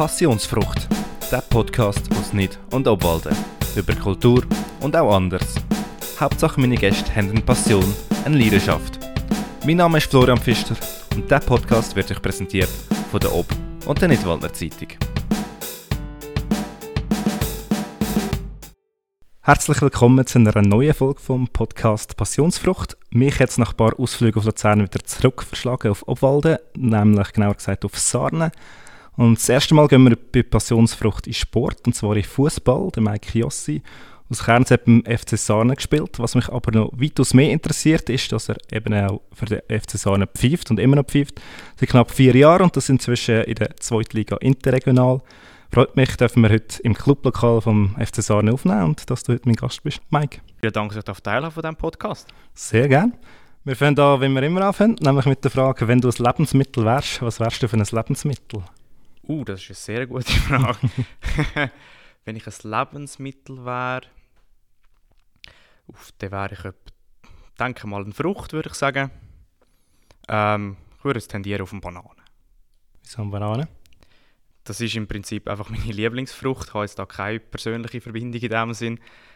Passionsfrucht, der Podcast aus Nid und Obwalden. Über Kultur und auch anders. Hauptsache meine Gäste haben eine Passion, eine Leidenschaft. Mein Name ist Florian Pfister und dieser Podcast wird euch präsentiert von der Ob- und der Nidwaldner Zeitung. Herzlich willkommen zu einer neuen Folge vom Podcast Passionsfrucht. Mich hat es nach ein paar Ausflügen auf Luzern wieder zurück verschlagen auf Obwalden, nämlich genauer gesagt auf Sarnen. Und das erste Mal gehen wir bei Passionsfrucht in Sport, und zwar in Fußball. Der Mike Jossi aus Kerns hat beim FC Sarnen gespielt. Was mich aber noch weitaus mehr interessiert, ist, dass er eben auch für den FC Sarnen pfeift und immer noch pfeift. Seit knapp 4 Jahren und das inzwischen in der Zweitliga interregional. Freut mich, dürfen wir heute im Clublokal vom FC Sarnen aufnehmen und dass du heute mein Gast bist, Mike. Ja, danke, dass ich teilhaben von diesem Podcast. Sehr gerne. Wir fangen an, wie wir immer anfangen, nämlich mit der Frage, wenn du ein Lebensmittel wärst, was wärst du für ein Lebensmittel? Das ist eine sehr gute Frage. Wenn ich ein Lebensmittel wäre, dann wäre ich, denke mal, eine Frucht, würde ich sagen. Ich würde es tendieren auf eine Banane. Wieso eine Banane? Das ist im Prinzip einfach meine Lieblingsfrucht. Ich habe jetzt da keine persönliche Verbindung in dem Sinn.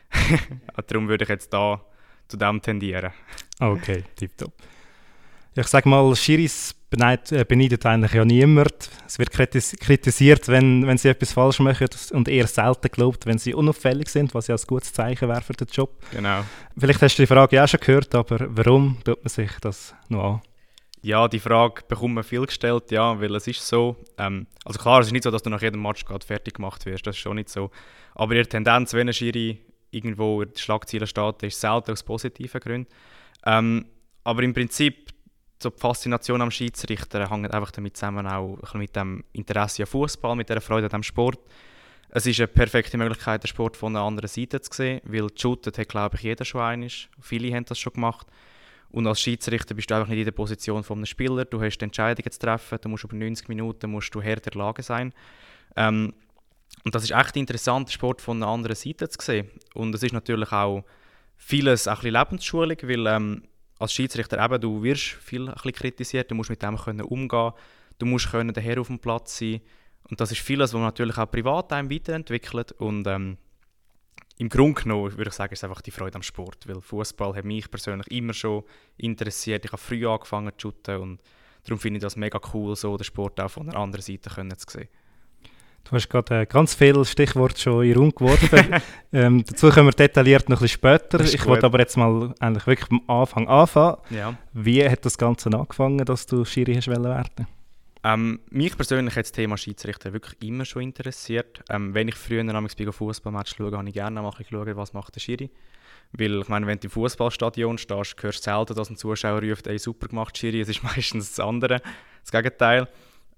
Darum würde ich jetzt da zu dem tendieren. Okay, tipptopp. Ich sage mal, Schiris beneidet eigentlich ja niemand. Es wird kritisiert, wenn sie etwas falsch machen und eher selten gelobt, wenn sie unauffällig sind, was ja ein gutes Zeichen wäre für den Job. Genau. Vielleicht hast du die Frage auch schon gehört, aber warum tut man sich das noch an? Ja, die Frage bekommt man viel gestellt, ja, weil es ist so, also klar, es ist nicht so, dass du nach jedem Match gerade fertig gemacht wirst, das ist schon nicht so. Aber ihre Tendenz, wenn ein Schiri irgendwo in den Schlagzeilen steht, ist selten aus positiven Gründen. Aber im Prinzip, so die Faszination am Schiedsrichter hängt einfach damit zusammen, auch mit dem Interesse an Fußball, mit der Freude an diesem Sport. Es ist eine perfekte Möglichkeit, den Sport von einer anderen Seite zu sehen, weil shootet hat, glaube ich, jeder schon einmal. Viele haben das schon gemacht. Und als Schiedsrichter bist du einfach nicht in der Position von einem Spieler. Du hast Entscheidungen zu treffen, du musst über 90 Minuten du hart in der Lage sein. Und das ist echt interessant, den Sport von einer anderen Seite zu sehen. Und es ist natürlich auch vieles ein bisschen Lebensschulung, weil als Schiedsrichter eben, du wirst viel ein bisschen kritisiert, du musst mit dem können umgehen, du musst können der Herr auf dem Platz sein. Und das ist vieles, was man natürlich auch privat einem weiterentwickelt. Und im Grunde genommen würde ich sagen, ist es einfach die Freude am Sport, weil Fußball hat mich persönlich immer schon interessiert. Ich habe früh angefangen zu shooten und darum finde ich das mega cool, so den Sport auch von einer anderen Seite zu sehen. Du hast gerade ganz viele Stichworte schon in den Raum geworfen. Dazu kommen wir detailliert noch ein bisschen später. Ich wollte aber jetzt mal eigentlich wirklich am Anfang anfangen. Ja. Wie hat das Ganze angefangen, dass du Schiri hast werden? Mich persönlich hat das Thema Schiedsrichter wirklich immer schon interessiert. Wenn ich früher bei Fußballmatch schaue, habe ich gerne mal geschaut, was macht der Schiri. Weil, ich meine, wenn du im Fußballstadion stehst, hörst du selten, dass ein Zuschauer ruft, «Ey, super gemacht, Schiri». Es ist meistens das andere, das Gegenteil.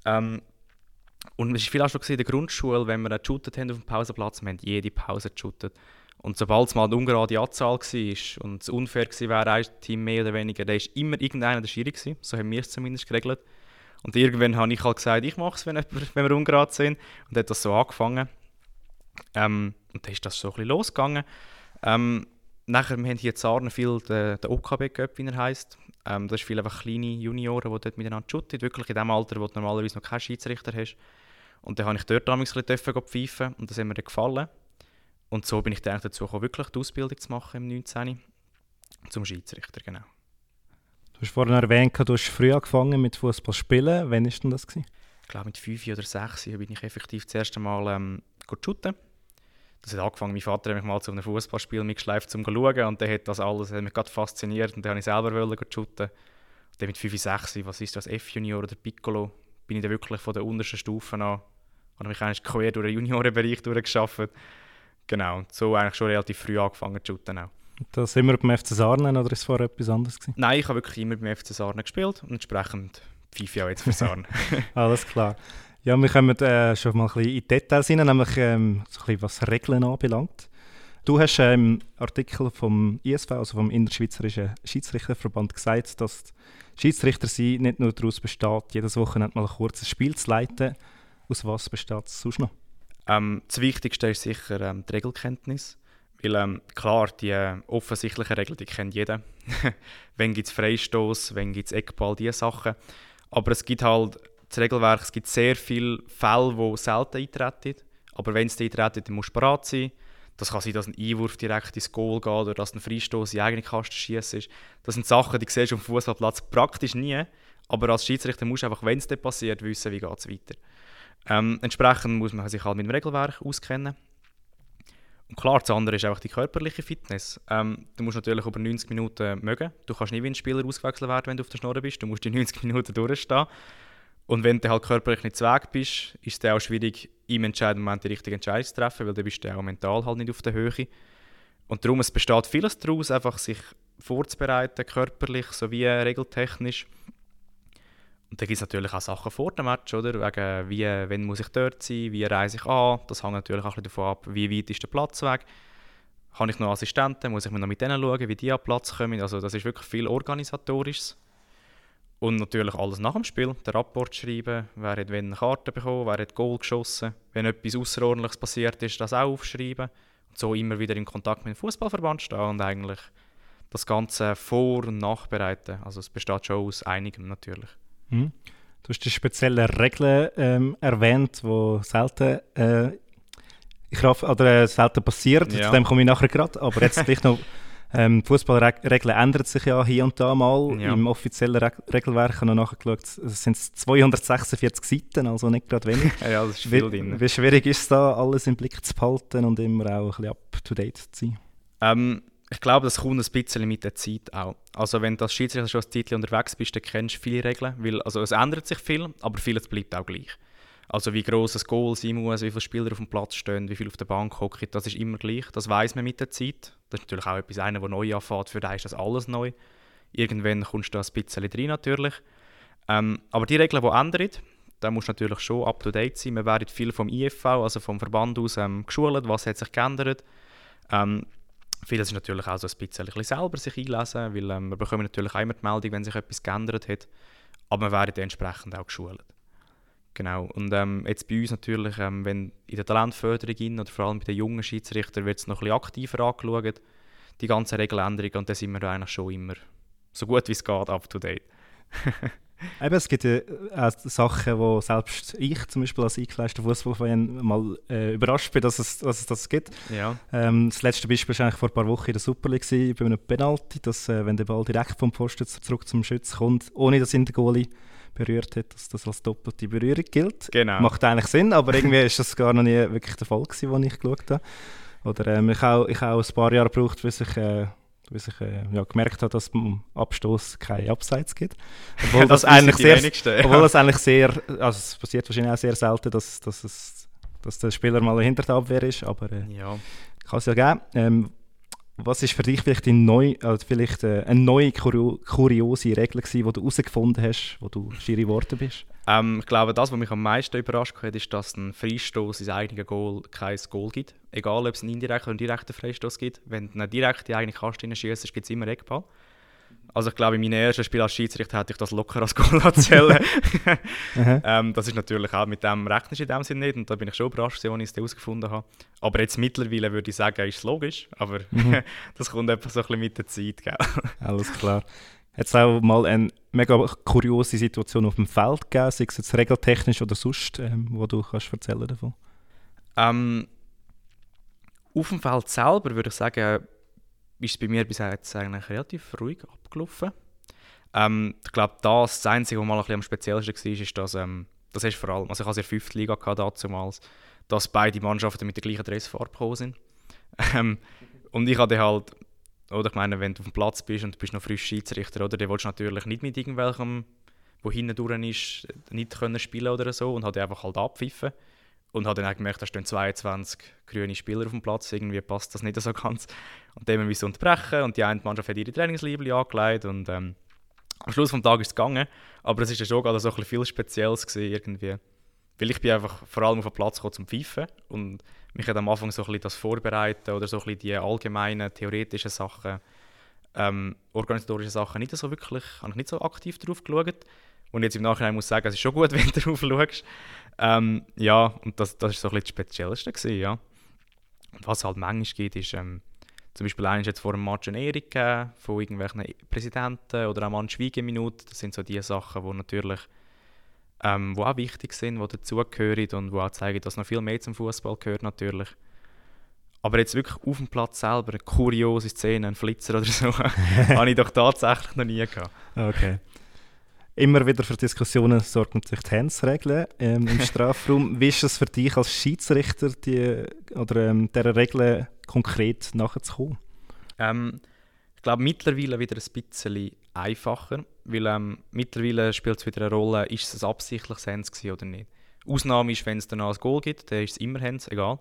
Und es war viel auch schon in der Grundschule, wenn wir geshootet haben auf dem Pausenplatz, wir haben jede Pause geshootet. Und sobald es mal eine ungerade Anzahl war und es unfair war, ein Team mehr oder weniger, dann war immer irgendeiner der Schiri gewesen. So haben wir es zumindest geregelt. Und irgendwann habe ich halt gesagt, ich mache es, wenn wir ungerade sind. Und dann hat das so angefangen. Und dann ist das so ein bisschen losgegangen. Nachher, wir haben hier in Sarnen viel den OKB-Cup, wie er heisst. Das ist viel einfach kleine Junioren, die dort miteinander shooten. Wirklich in dem Alter, wo du normalerweise noch keinen Schiedsrichter hast. Und dann habe ich dort damals ein bisschen pfeifen und das hat mir dann gefallen. Und so bin ich dann dazu gekommen, wirklich die Ausbildung zu machen im 19. zum Schiedsrichter, genau. Du hast vorhin erwähnt, du hast früh angefangen mit Fußball spielen. Wann war denn das? Ich glaube, mit 5 oder 6 bin ich effektiv das erste Mal shooten. Das hat angefangen, mein Vater hat mich mal zu einem Fußballspiel mitgeschleift, um zu schauen. Und dann hat das alles hat mich gerade fasziniert und dann wollte ich selber shooten. Und dann mit 5, 6, was ist das, F-Junior oder Piccolo, bin ich dann wirklich von der untersten Stufe an, habe mich eigentlich quer durch den Juniorenbereich durchgearbeitet. Genau, so eigentlich schon relativ früh angefangen zu shooten auch. Das immer beim FC Sarnen oder ist es vorher etwas anderes gewesen? Nein, ich habe wirklich immer beim FC Sarnen gespielt und entsprechend pfeife ich auch jetzt für Sarnen. Alles klar. Ja, wir kommen schon mal ein bisschen in Details rein, nämlich so ein bisschen, was Regeln anbelangt. Du hast im Artikel vom ISV, also vom Innerschweizerischen Schiedsrichterverband, gesagt, dass Schiedsrichter sein nicht nur daraus besteht, jedes Wochenende mal ein kurzes Spiel zu leiten. Aus was besteht es sonst noch? Das Wichtigste ist sicher die Regelkenntnis. Weil klar, die offensichtlichen Regeln, die kennt jeder. Wann gibt es Freistoß, wann gibt es Eckball, diese Sachen. Aber es gibt halt das Regelwerk, es gibt sehr viele Fälle, die selten eintreten. Aber wenn es eintreten, dann musst du bereit sein. Das kann sein, dass ein Einwurf direkt ins Goal geht oder dass ein Freistoß in eigene Kasten schießen ist. Das sind Sachen, die siehst du auf dem Fußballplatz praktisch nie. Aber als Schiedsrichter musst du einfach, wenn es dann passiert, wissen, wie geht es weiter. Entsprechend muss man sich halt mit dem Regelwerk auskennen. Und klar, das andere ist einfach die körperliche Fitness. Du musst natürlich über 90 Minuten mögen. Du kannst nie wie ein Spieler ausgewechselt werden, wenn du auf der Schnur bist. Du musst die 90 Minuten durchstehen. Und wenn du halt körperlich nicht zu Weg bist, ist es dann auch schwierig, im entscheidenden Moment die richtige Entscheidung zu treffen, weil dann bist du auch mental halt nicht auf der Höhe. Und darum, es besteht vieles daraus, einfach sich vorzubereiten, körperlich sowie regeltechnisch. Und dann gibt es natürlich auch Sachen vor dem Match, oder? Wegen, wann muss ich dort sein, wie reise ich an. Das hängt natürlich auch ein bisschen davon ab, wie weit ist der Platzweg. Habe ich noch Assistenten, muss ich mir noch mit denen schauen, wie die an den Platz kommen. Also das ist wirklich viel Organisatorisches. Und natürlich alles nach dem Spiel. Den Rapport schreiben, wer hat wann eine Karte bekommen, wer hat Goal geschossen. Wenn etwas Ausserordentliches passiert ist, das auch aufschreiben. Und so immer wieder in Kontakt mit dem Fußballverband stehen und eigentlich das Ganze vor- und nachbereiten. Also es besteht schon aus einigem natürlich. Mhm. Du hast die speziellen Regeln erwähnt, die selten, selten passieren. Ja. Zu dem komme ich nachher gerade. Aber jetzt vielleicht noch, die Fußballregeln ändern sich ja hier und da mal. Ja. Im offiziellen Regelwerk habe ich noch nachgeschaut, es sind 246 Seiten, also nicht gerade wenig. Ja, das ist viel drin. Wie schwierig ist es da, alles im Blick zu behalten und immer auch ein bisschen up-to-date zu sein? Ich glaube, das kommt ein bisschen mit der Zeit auch. Also wenn du als Schiedsrichter schon ein Zeitchen unterwegs bist, dann kennst du viele Regeln. Weil, also es ändert sich viel, aber vieles bleibt auch gleich. Also wie gross ein Goal sein muss, wie viele Spieler auf dem Platz stehen, wie viele auf der Bank hocken, das ist immer gleich. Das weiss man mit der Zeit. Das ist natürlich auch etwas, einer, der neu anfängt, für den ist das alles neu. Irgendwann kommst du da ein bisschen rein natürlich. Aber die Regeln, die ändern, da musst du natürlich schon up-to-date sein. Wir werden viel vom IFV, also vom Verband aus, geschult, was hat sich geändert. Vieles ist natürlich auch so ein bisschen selber sich einlesen, weil wir bekommen natürlich auch immer die Meldung, wenn sich etwas geändert hat. Aber wir werden entsprechend auch geschult. Genau. Und jetzt bei uns natürlich, wenn in der Talentförderung oder vor allem bei den jungen Schiedsrichtern wird es noch ein bisschen aktiver angeschaut, die ganzen Regeländerungen, und dann sind wir da eigentlich schon immer so gut wie es geht up to date. Eben, es gibt ja auch Sachen, wo selbst ich zum Beispiel als eingefleischter Fußballfan mal überrascht bin, dass es das gibt. Ja. Das letzte Beispiel war eigentlich vor ein paar Wochen in der Super League bei einem Penalty, dass wenn der Ball direkt vom Pfosten zurück zum Schütz kommt, ohne dass ihn der Goalie berührt hat, dass das als doppelte Berührung gilt. Genau. Macht eigentlich Sinn, aber irgendwie ist das gar noch nie wirklich der Fall gewesen, als ich geschaut habe. Oder ich habe auch ein paar Jahre gebraucht, bis ich gemerkt habe, dass es beim Abstoß keine Abseits gibt. Obwohl das eigentlich sehr, also es passiert wahrscheinlich auch sehr selten, dass der Spieler mal hinter der Abwehr ist, aber Ja. kann es ja geben. Was ist für dich vielleicht eine neue kuriose Regel gewesen, die du herausgefunden hast, wo du Schiri geworden bist? Ich glaube, das, was mich am meisten überrascht hat, ist, dass ein Freistoß ins eigene Goal kein Goal gibt. Egal, ob es einen indirekten oder einen direkten Freistoß gibt. Wenn du einen direkt in die eigene Kaste schießt, gibt es immer Eckball. Also ich glaube, in meinem ersten Spiel als Schiedsrichter hätte ich das locker als Goal erzählen. Das ist natürlich auch, mit dem rechnest du in dem Sinne nicht. Und da bin ich schon überrascht, als ich es herausgefunden habe. Aber jetzt mittlerweile würde ich sagen, ist es logisch. Aber das kommt einfach so ein bisschen mit der Zeit. Gell? Alles klar. Hat es auch mal eine mega kuriose Situation auf dem Feld gegeben, sei es jetzt regeltechnisch oder sonst, wo du kannst erzählen davon? Auf dem Feld selber würde ich sagen, ist es bei mir bis jetzt eigentlich relativ ruhig abgelaufen. Ich glaube, das Einzige, was mal ein bisschen am speziellsten war, ist, das ist vor allem, also ich hatte in der 5. Liga damals, dass beide Mannschaften mit der gleichen Dressfarbe gekommen sind. Und ich hatte halt, oder ich meine, wenn du auf dem Platz bist und du bist noch frisch Schiedsrichter, oder, dann willst du natürlich nicht mit irgendwelchem, der hinten durch ist, nicht können spielen oder so, und habe einfach halt abpfiffen. Und habe dann auch gemerkt, da stehen 22 grüne Spieler auf dem Platz, irgendwie passt das nicht so ganz. Und dann mussten wir unterbrechen und die eine Mannschaft hat ihre Trainingsliebli angelegt und am Schluss des Tages ist es gegangen. Aber es war schon gerade so ein bisschen viel Spezielles gewesen, irgendwie. Weil ich bin einfach vor allem auf den Platz gekommen zum Pfeifen und mich hat am Anfang so ein bisschen das Vorbereiten oder so ein bisschen die allgemeinen, theoretischen Sachen, organisatorische Sachen nicht so wirklich, habe ich nicht so aktiv drauf geschaut. Und jetzt im Nachhinein muss ich sagen, es ist schon gut, wenn du drauf schaust. Ja, und das war so ein bisschen das Speziellste gewesen, ja. Und was es halt manchmal gibt, ist, zum Beispiel einmal jetzt vor einem Match eine Ehrung gegeben von irgendwelchen Präsidenten oder auch mal eine Schweigeminute. Das sind so die Sachen, die natürlich die auch wichtig sind, die dazugehören und die auch zeigen, dass noch viel mehr zum Fußball gehört natürlich. Aber jetzt wirklich auf dem Platz selber eine kuriose Szene, einen Flitzer oder so, habe ich doch tatsächlich noch nie gehabt. Okay. Immer wieder für Diskussionen sorgen sich die Hands-Regeln im Strafraum. Wie ist es für dich als Schiedsrichter, dieser Regeln konkret nachzukommen? Ich glaube, mittlerweile wieder ein bisschen einfacher, weil mittlerweile spielt es wieder eine Rolle, ist es ein absichtliches Hands gewesen oder nicht. Ausnahme ist, wenn es danach ein Goal gibt, dann ist es immer Hands, egal.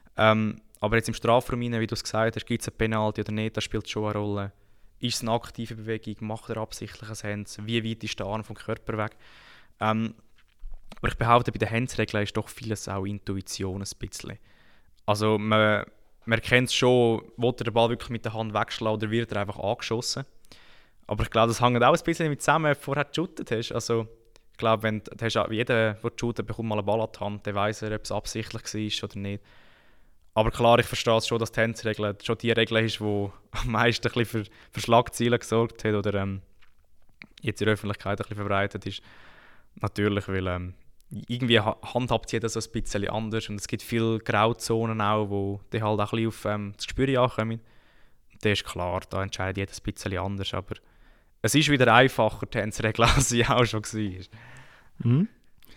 Aber jetzt im Strafraum, wie du es gesagt hast, gibt es eine Penalty oder nicht, das spielt schon eine Rolle. Ist es eine aktive Bewegung, macht er absichtlich ein Hands, wie weit ist der Arm vom Körper weg. Aber ich behaupte, bei den Hands-Regeln ist doch vieles auch Intuition ein bisschen. Also man erkennt es schon, will er den Ball wirklich mit der Hand wegschlagen oder wird er einfach angeschossen. Aber ich glaube, das hängt auch ein bisschen mit zusammen, wenn du vorher geshootet hast. Also ich glaube, jeder, der shootet, bekommt mal einen Ball an die Hand, dann weiss er, ob es absichtlich war oder nicht. Aber klar, ich verstehe es schon, dass die Hands-Regel schon die Regel ist, die am meisten ein bisschen für Schlagzeilen gesorgt hat oder jetzt in der Öffentlichkeit ein bisschen verbreitet ist. Natürlich, weil irgendwie handhabt jeder so ein bisschen anders und es gibt viele Grauzonen auch, die halt auch ein bisschen auf das Gespür ankommen. Das ist klar, da entscheidet jeder ein bisschen anders, aber es ist wieder einfacher, die Hands-Regel, als sie auch schon war. Mhm.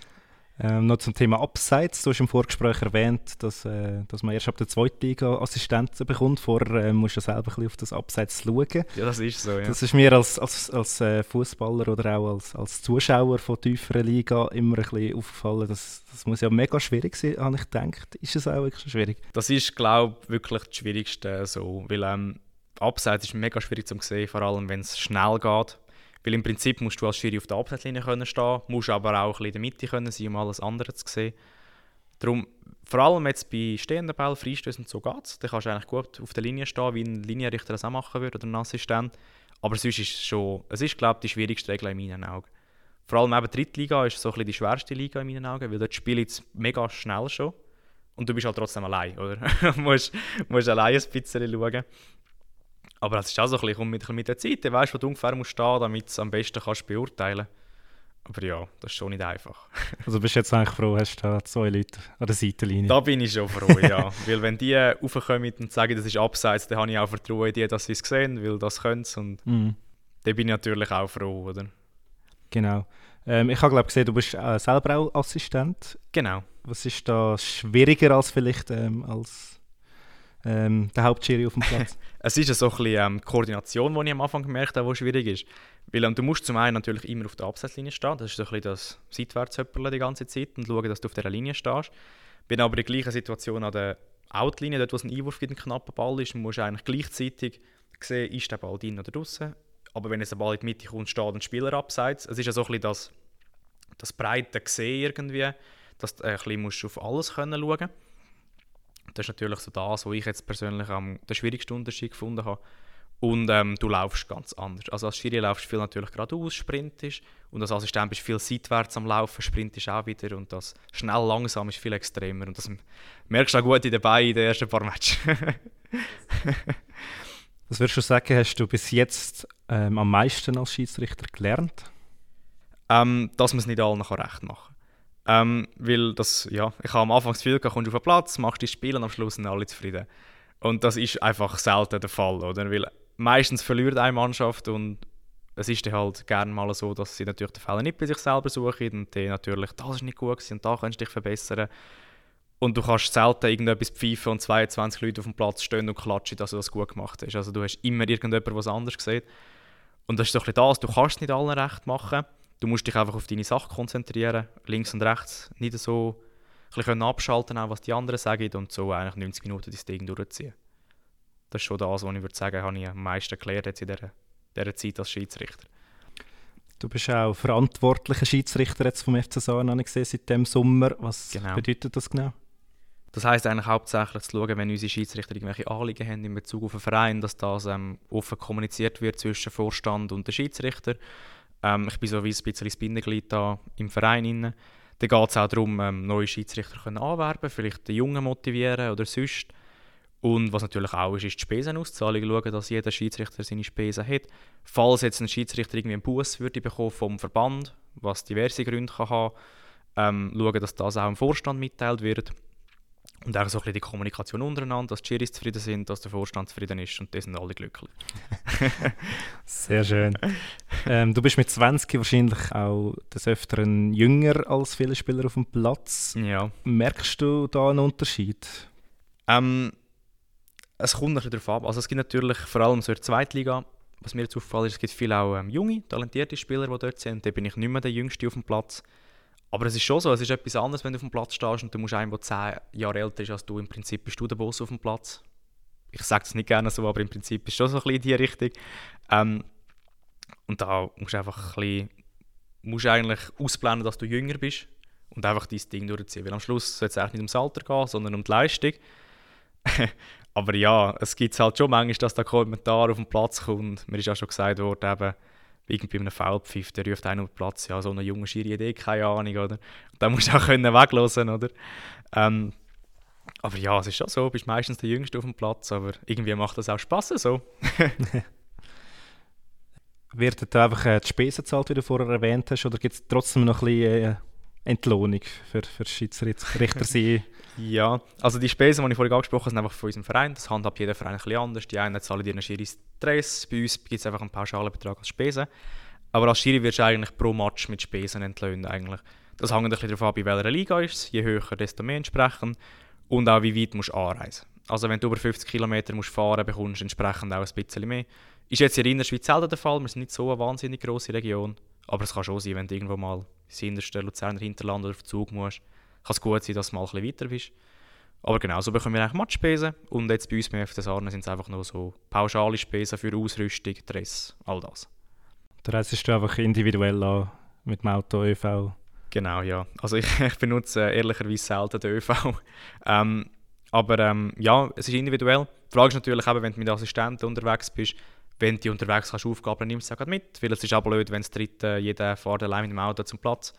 Noch zum Thema Abseits. Du hast im Vorgespräch erwähnt, dass man erst ab der zweiten Liga Assistenzen bekommt. Vorher musst du selber ein bisschen auf das Abseits schauen. Ja, das ist so, ja. Das ist mir als Fußballer oder auch als Zuschauer von tieferen Liga immer ein bisschen aufgefallen. Das muss ja mega schwierig sein, habe ich gedacht. Ist es auch wirklich schwierig? Das ist, glaube ich, wirklich das Schwierigste. So. Weil Abseits ist mega schwierig zu sehen, vor allem wenn es schnell geht. Weil im Prinzip musst du als Schiri auf der Abseitslinie stehen, musst aber auch ein bisschen in der Mitte können sein, um alles andere zu sehen. Darum, vor allem jetzt bei stehenden Bällen, Freistößen und so geht es. Dann kannst du eigentlich gut auf der Linie stehen, wie ein Linienrichter das auch machen würde oder ein Assistent. Aber sonst ist es ist, glaube ich, die schwierigste Regel in meinen Augen. Vor allem eben die Drittliga ist so ein bisschen die schwerste Liga in meinen Augen, weil dort spiele ich mega schnell schon. Und du bist halt trotzdem allein, oder? Du musst allein ein bisschen schauen. Aber es ist auch so ein bisschen mit der Zeit. Du weißt, wo du ungefähr musst stehen, damit du es am besten kannst beurteilen kannst. Aber ja, das ist schon nicht einfach. Also bist du jetzt eigentlich froh, hast du da 2 Leute an der Seitenlinie? Da bin ich schon froh, ja. Weil wenn die raufkommen und sagen, das ist Abseits, dann habe ich auch Vertrauen in die, dass sie es sehen, weil das können sie. Und dann bin ich natürlich auch froh, oder? Genau. Ich habe gesehen, du bist selber auch Assistent. Genau. Was ist da schwieriger als vielleicht als der Hauptschiri auf dem Platz? Es ist so ein bisschen die Koordination, die ich am Anfang gemerkt habe, die schwierig ist. Weil du musst zum einen natürlich immer auf der Abseitslinie stehen, das ist so ein bisschen das Seitwärtshöpperle die ganze Zeit und schauen, dass du auf dieser Linie stehst. Bin aber in der gleichen Situation an der Outlinie, dort wo es einen Einwurf gibt, ein knapper Ball ist, musst du eigentlich gleichzeitig sehen, ist der Ball drin oder draußen. Aber wenn jetzt der Ball in die Mitte kommt, steht ein Spieler abseits. Es ist ja so ein bisschen das breite Gesehen irgendwie, dass du ein bisschen auf alles schauen musst. Das ist natürlich so das, was ich jetzt persönlich den schwierigsten Unterschied gefunden habe. Und du laufst ganz anders. Also als Schiri laufst du viel natürlich geradeaus, sprintest. Und als Assistent bist du viel seitwärts am Laufen, sprintest auch wieder. Und das schnell langsam ist viel extremer. Und das merkst du auch gut in den Beinen in den ersten paar Matches. Was würdest du sagen, hast du bis jetzt am meisten als Schiedsrichter gelernt? Dass man es nicht allen recht machen kann. Weil das, ja, ich habe am Anfang das Gefühl, du kommst auf den Platz, machst das Spiel und am Schluss sind alle zufrieden. Und das ist einfach selten der Fall, oder? Weil meistens verliert eine Mannschaft und es ist dann halt gerne mal so, dass sie natürlich den Fehler nicht bei sich selber suchen und dann natürlich, das ist nicht gut gewesen und da kannst du dich verbessern. Und du kannst selten irgendetwas pfeifen und 22 Leute auf dem Platz stehen und klatschen, dass du das gut gemacht hast. Also du hast immer irgendjemand, der was anderes sieht. Und das ist so ein bisschen das, du kannst es nicht allen recht machen. Du musst dich einfach auf deine Sache konzentrieren, links und rechts, nicht so ein bisschen abschalten, auch was die anderen sagen und so eigentlich 90 Minuten das Ding durchziehen. Das ist schon das, was ich würde sagen, habe ich am meisten gelernt jetzt in dieser Zeit als Schiedsrichter. Du bist auch verantwortlicher Schiedsrichter jetzt vom FC Sarnen, habe ich gesehen, seit dem Sommer. Was bedeutet das genau? Das heisst eigentlich hauptsächlich zu schauen, wenn unsere Schiedsrichter irgendwelche Anliegen haben in Bezug auf den Verein, dass das offen kommuniziert wird zwischen Vorstand und den Schiedsrichter. Ich bin so wie ein bisschen das Bindeglied da im Verein inne. Dann geht es auch darum, neue Schiedsrichter anwerben, vielleicht den Jungen motivieren oder sonst. Und was natürlich auch ist die Spesenauszahlung, schauen, dass jeder Schiedsrichter seine Spesen hat. Falls jetzt ein Schiedsrichter irgendwie einen Buss würde bekommen vom Verband, was diverse Gründe kann haben. Schauen, dass das auch im Vorstand mitteilt wird. Und auch so ein bisschen die Kommunikation untereinander, dass die Schiris zufrieden sind, dass der Vorstand zufrieden ist und die sind alle glücklich. Sehr schön. Du bist mit 20 wahrscheinlich auch des Öfteren jünger als viele Spieler auf dem Platz. Ja. Merkst du da einen Unterschied? Es kommt ein bisschen darauf ab. Also es gibt natürlich vor allem so in der Zweitliga, was mir jetzt aufgefallen ist, es gibt viele auch junge, talentierte Spieler, die dort sind. Da bin ich nicht mehr der Jüngste auf dem Platz. Aber es ist schon so, es ist etwas anderes, wenn du auf dem Platz stehst und du musst einen, der 10 Jahre älter ist als du, im Prinzip bist du der Boss auf dem Platz. Ich sage es nicht gerne so, aber im Prinzip ist es schon so ein bisschen in die Richtung. Und da musst du einfach ein bisschen, musst du eigentlich ausblenden, dass du jünger bist und einfach dein Ding durchziehen. Weil am Schluss soll es eigentlich nicht ums Alter gehen, sondern um die Leistung. Aber ja, es gibt halt schon manchmal, dass da Kommentar auf den Platz kommt. Mir ist auch schon gesagt worden, eben, irgendwie bei einem Foulpfiff, der ruft einen auf den Platz, ja, so eine junge Schiri Idee, keine Ahnung, oder? Und dann musst du auch weglassen, oder? Aber ja, es ist schon so, du bist meistens der Jüngste auf dem Platz, aber irgendwie macht das auch Spass, so. Wird da einfach die Spesen gezahlt, wie du vorher erwähnt hast, oder gibt es trotzdem noch ein bisschen Entlohnung für Schiedsrichter sein? Ja, also die Spesen, die ich vorhin angesprochen habe, sind einfach von unserem Verein. Das handhabt jeder Verein ein bisschen anders. Die einen zahlen ihren Schiris Dress, bei uns gibt es einfach einen pauschalen Betrag als Spesen. Aber als Schiri wirst du eigentlich pro Match mit Spesen entlöhnt. Eigentlich. Das hängt ein bisschen darauf ab, in welcher Liga es ist. Je höher, desto mehr entsprechend. Und auch wie weit musst du anreisen. Also wenn du über 50 Kilometer musst fahren, bekommst du entsprechend auch ein bisschen mehr. Ist jetzt in der Innerschweiz selten der Fall. Wir sind nicht so eine wahnsinnig grosse Region. Aber es kann schon sein, wenn du irgendwo mal ins innerste Luzerner Hinterland oder auf den Zug musst, kann es gut sein, dass du mal ein bisschen weiter bist. Aber genau, so bekommen wir eigentlich Matchspesen. Und jetzt bei uns beim FC Sarnen sind es einfach nur so pauschale Spesen für Ausrüstung, Dress, all das. Da reist du einfach individuell an mit dem Auto, ÖV? Genau, ja. Also ich benutze ehrlicherweise selten den ÖV. Aber ja, es ist individuell. Die Frage ist natürlich eben, wenn du mit Assistenten unterwegs bist, wenn du unterwegs kannst, Aufgaben nimmst du auch mit. Weil es ist auch blöd, wenn das dritte, jeder fährt allein mit dem Auto zum Platz.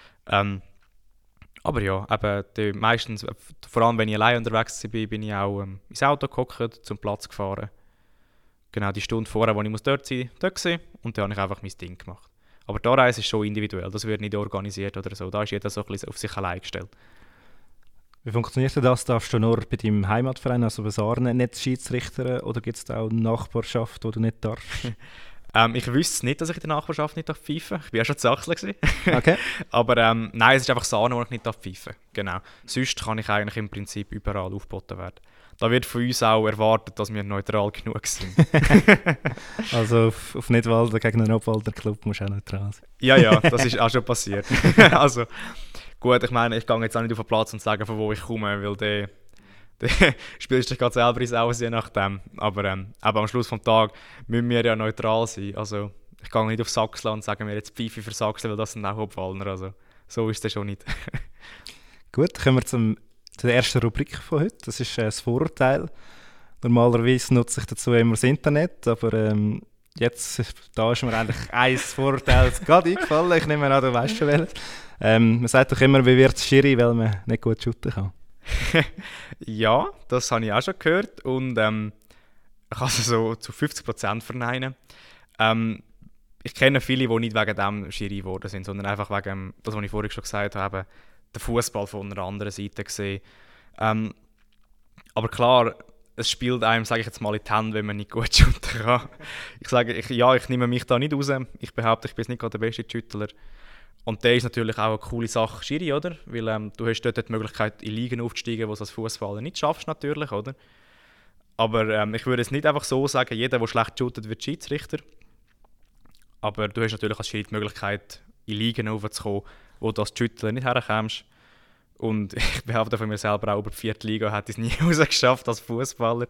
Aber ja, eben, meistens, vor allem wenn ich allein unterwegs bin, bin ich auch ins Auto gehockt, zum Platz gefahren. Genau, die Stunde vorher, wo ich dort sein musste, dort gewesen, und dann habe ich einfach mein Ding gemacht. Aber die Reise ist schon individuell, das wird nicht organisiert oder so. Da ist jeder so ein bisschen auf sich allein gestellt. Wie funktioniert das? Darfst du nur bei deinem Heimatverein, also bei Sarnen, nicht Schiedsrichter, oder gibt es da auch eine Nachbarschaft, wo du nicht darfst? Ich wüsste nicht, dass ich in der Nachbarschaft nicht pfeifen darf. Ich war ja schon zu Sachsen. Okay. Aber nein, es ist einfach Sarnen, wo ich nicht pfeifen darf. Genau. Sonst kann ich eigentlich im Prinzip überall aufgeboten werden. Da wird von uns auch erwartet, dass wir neutral genug sind. Also auf Nidwalden gegen einen Obwalder Club musst du auch neutral sein. Ja, das ist auch schon passiert. Also gut, ich meine, ich gehe jetzt auch nicht auf den Platz und sage, von wo ich komme, weil der spielst du dich gerade selber ins Aus, je nachdem. Aber am Schluss des Tages müssen wir ja neutral sein. Also ich gehe nicht auf Sachsen und sage mir jetzt Pfeife für Sachsen, weil das sind auch Obwalder. Also so ist es schon nicht. Gut, kommen wir zur ersten Rubrik von heute. Das ist das Vorurteil. Normalerweise nutze ich dazu immer das Internet, aber jetzt da ist mir eigentlich ein Vorurteil gerade eingefallen. Ich nehme an, du weißt schon welches. Man sagt doch immer, wie wird es Schiri, weil man nicht gut shooten kann. Ja, das habe ich auch schon gehört und ich kann es so zu 50% verneinen. Ich kenne viele, die nicht wegen dem Schiri geworden sind, sondern einfach wegen das, was ich vorhin schon gesagt habe, den Fußball von einer anderen Seite gesehen. Aber klar, es spielt einem, sage ich jetzt mal, in die Hände, wenn man nicht gut shooten kann. Ich nehme mich da nicht raus. Ich behaupte, ich bin nicht gerade der beste Schüttler. Und der ist natürlich auch eine coole Sache, Schiri, oder? Weil du hast dort die Möglichkeit, in Ligen aufzusteigen, wo du als Fußballer nicht schaffst, natürlich, oder? Aber ich würde es nicht einfach so sagen, jeder, der schlecht shootet, wird Schiedsrichter. Aber du hast natürlich als Schiri die Möglichkeit, in Ligen aufzukommen, wo du als Schüttler nicht herkommst. Und ich behaupte von mir selber auch, über die 4. Liga hätte ich es nie rausgeschafft als Fußballer.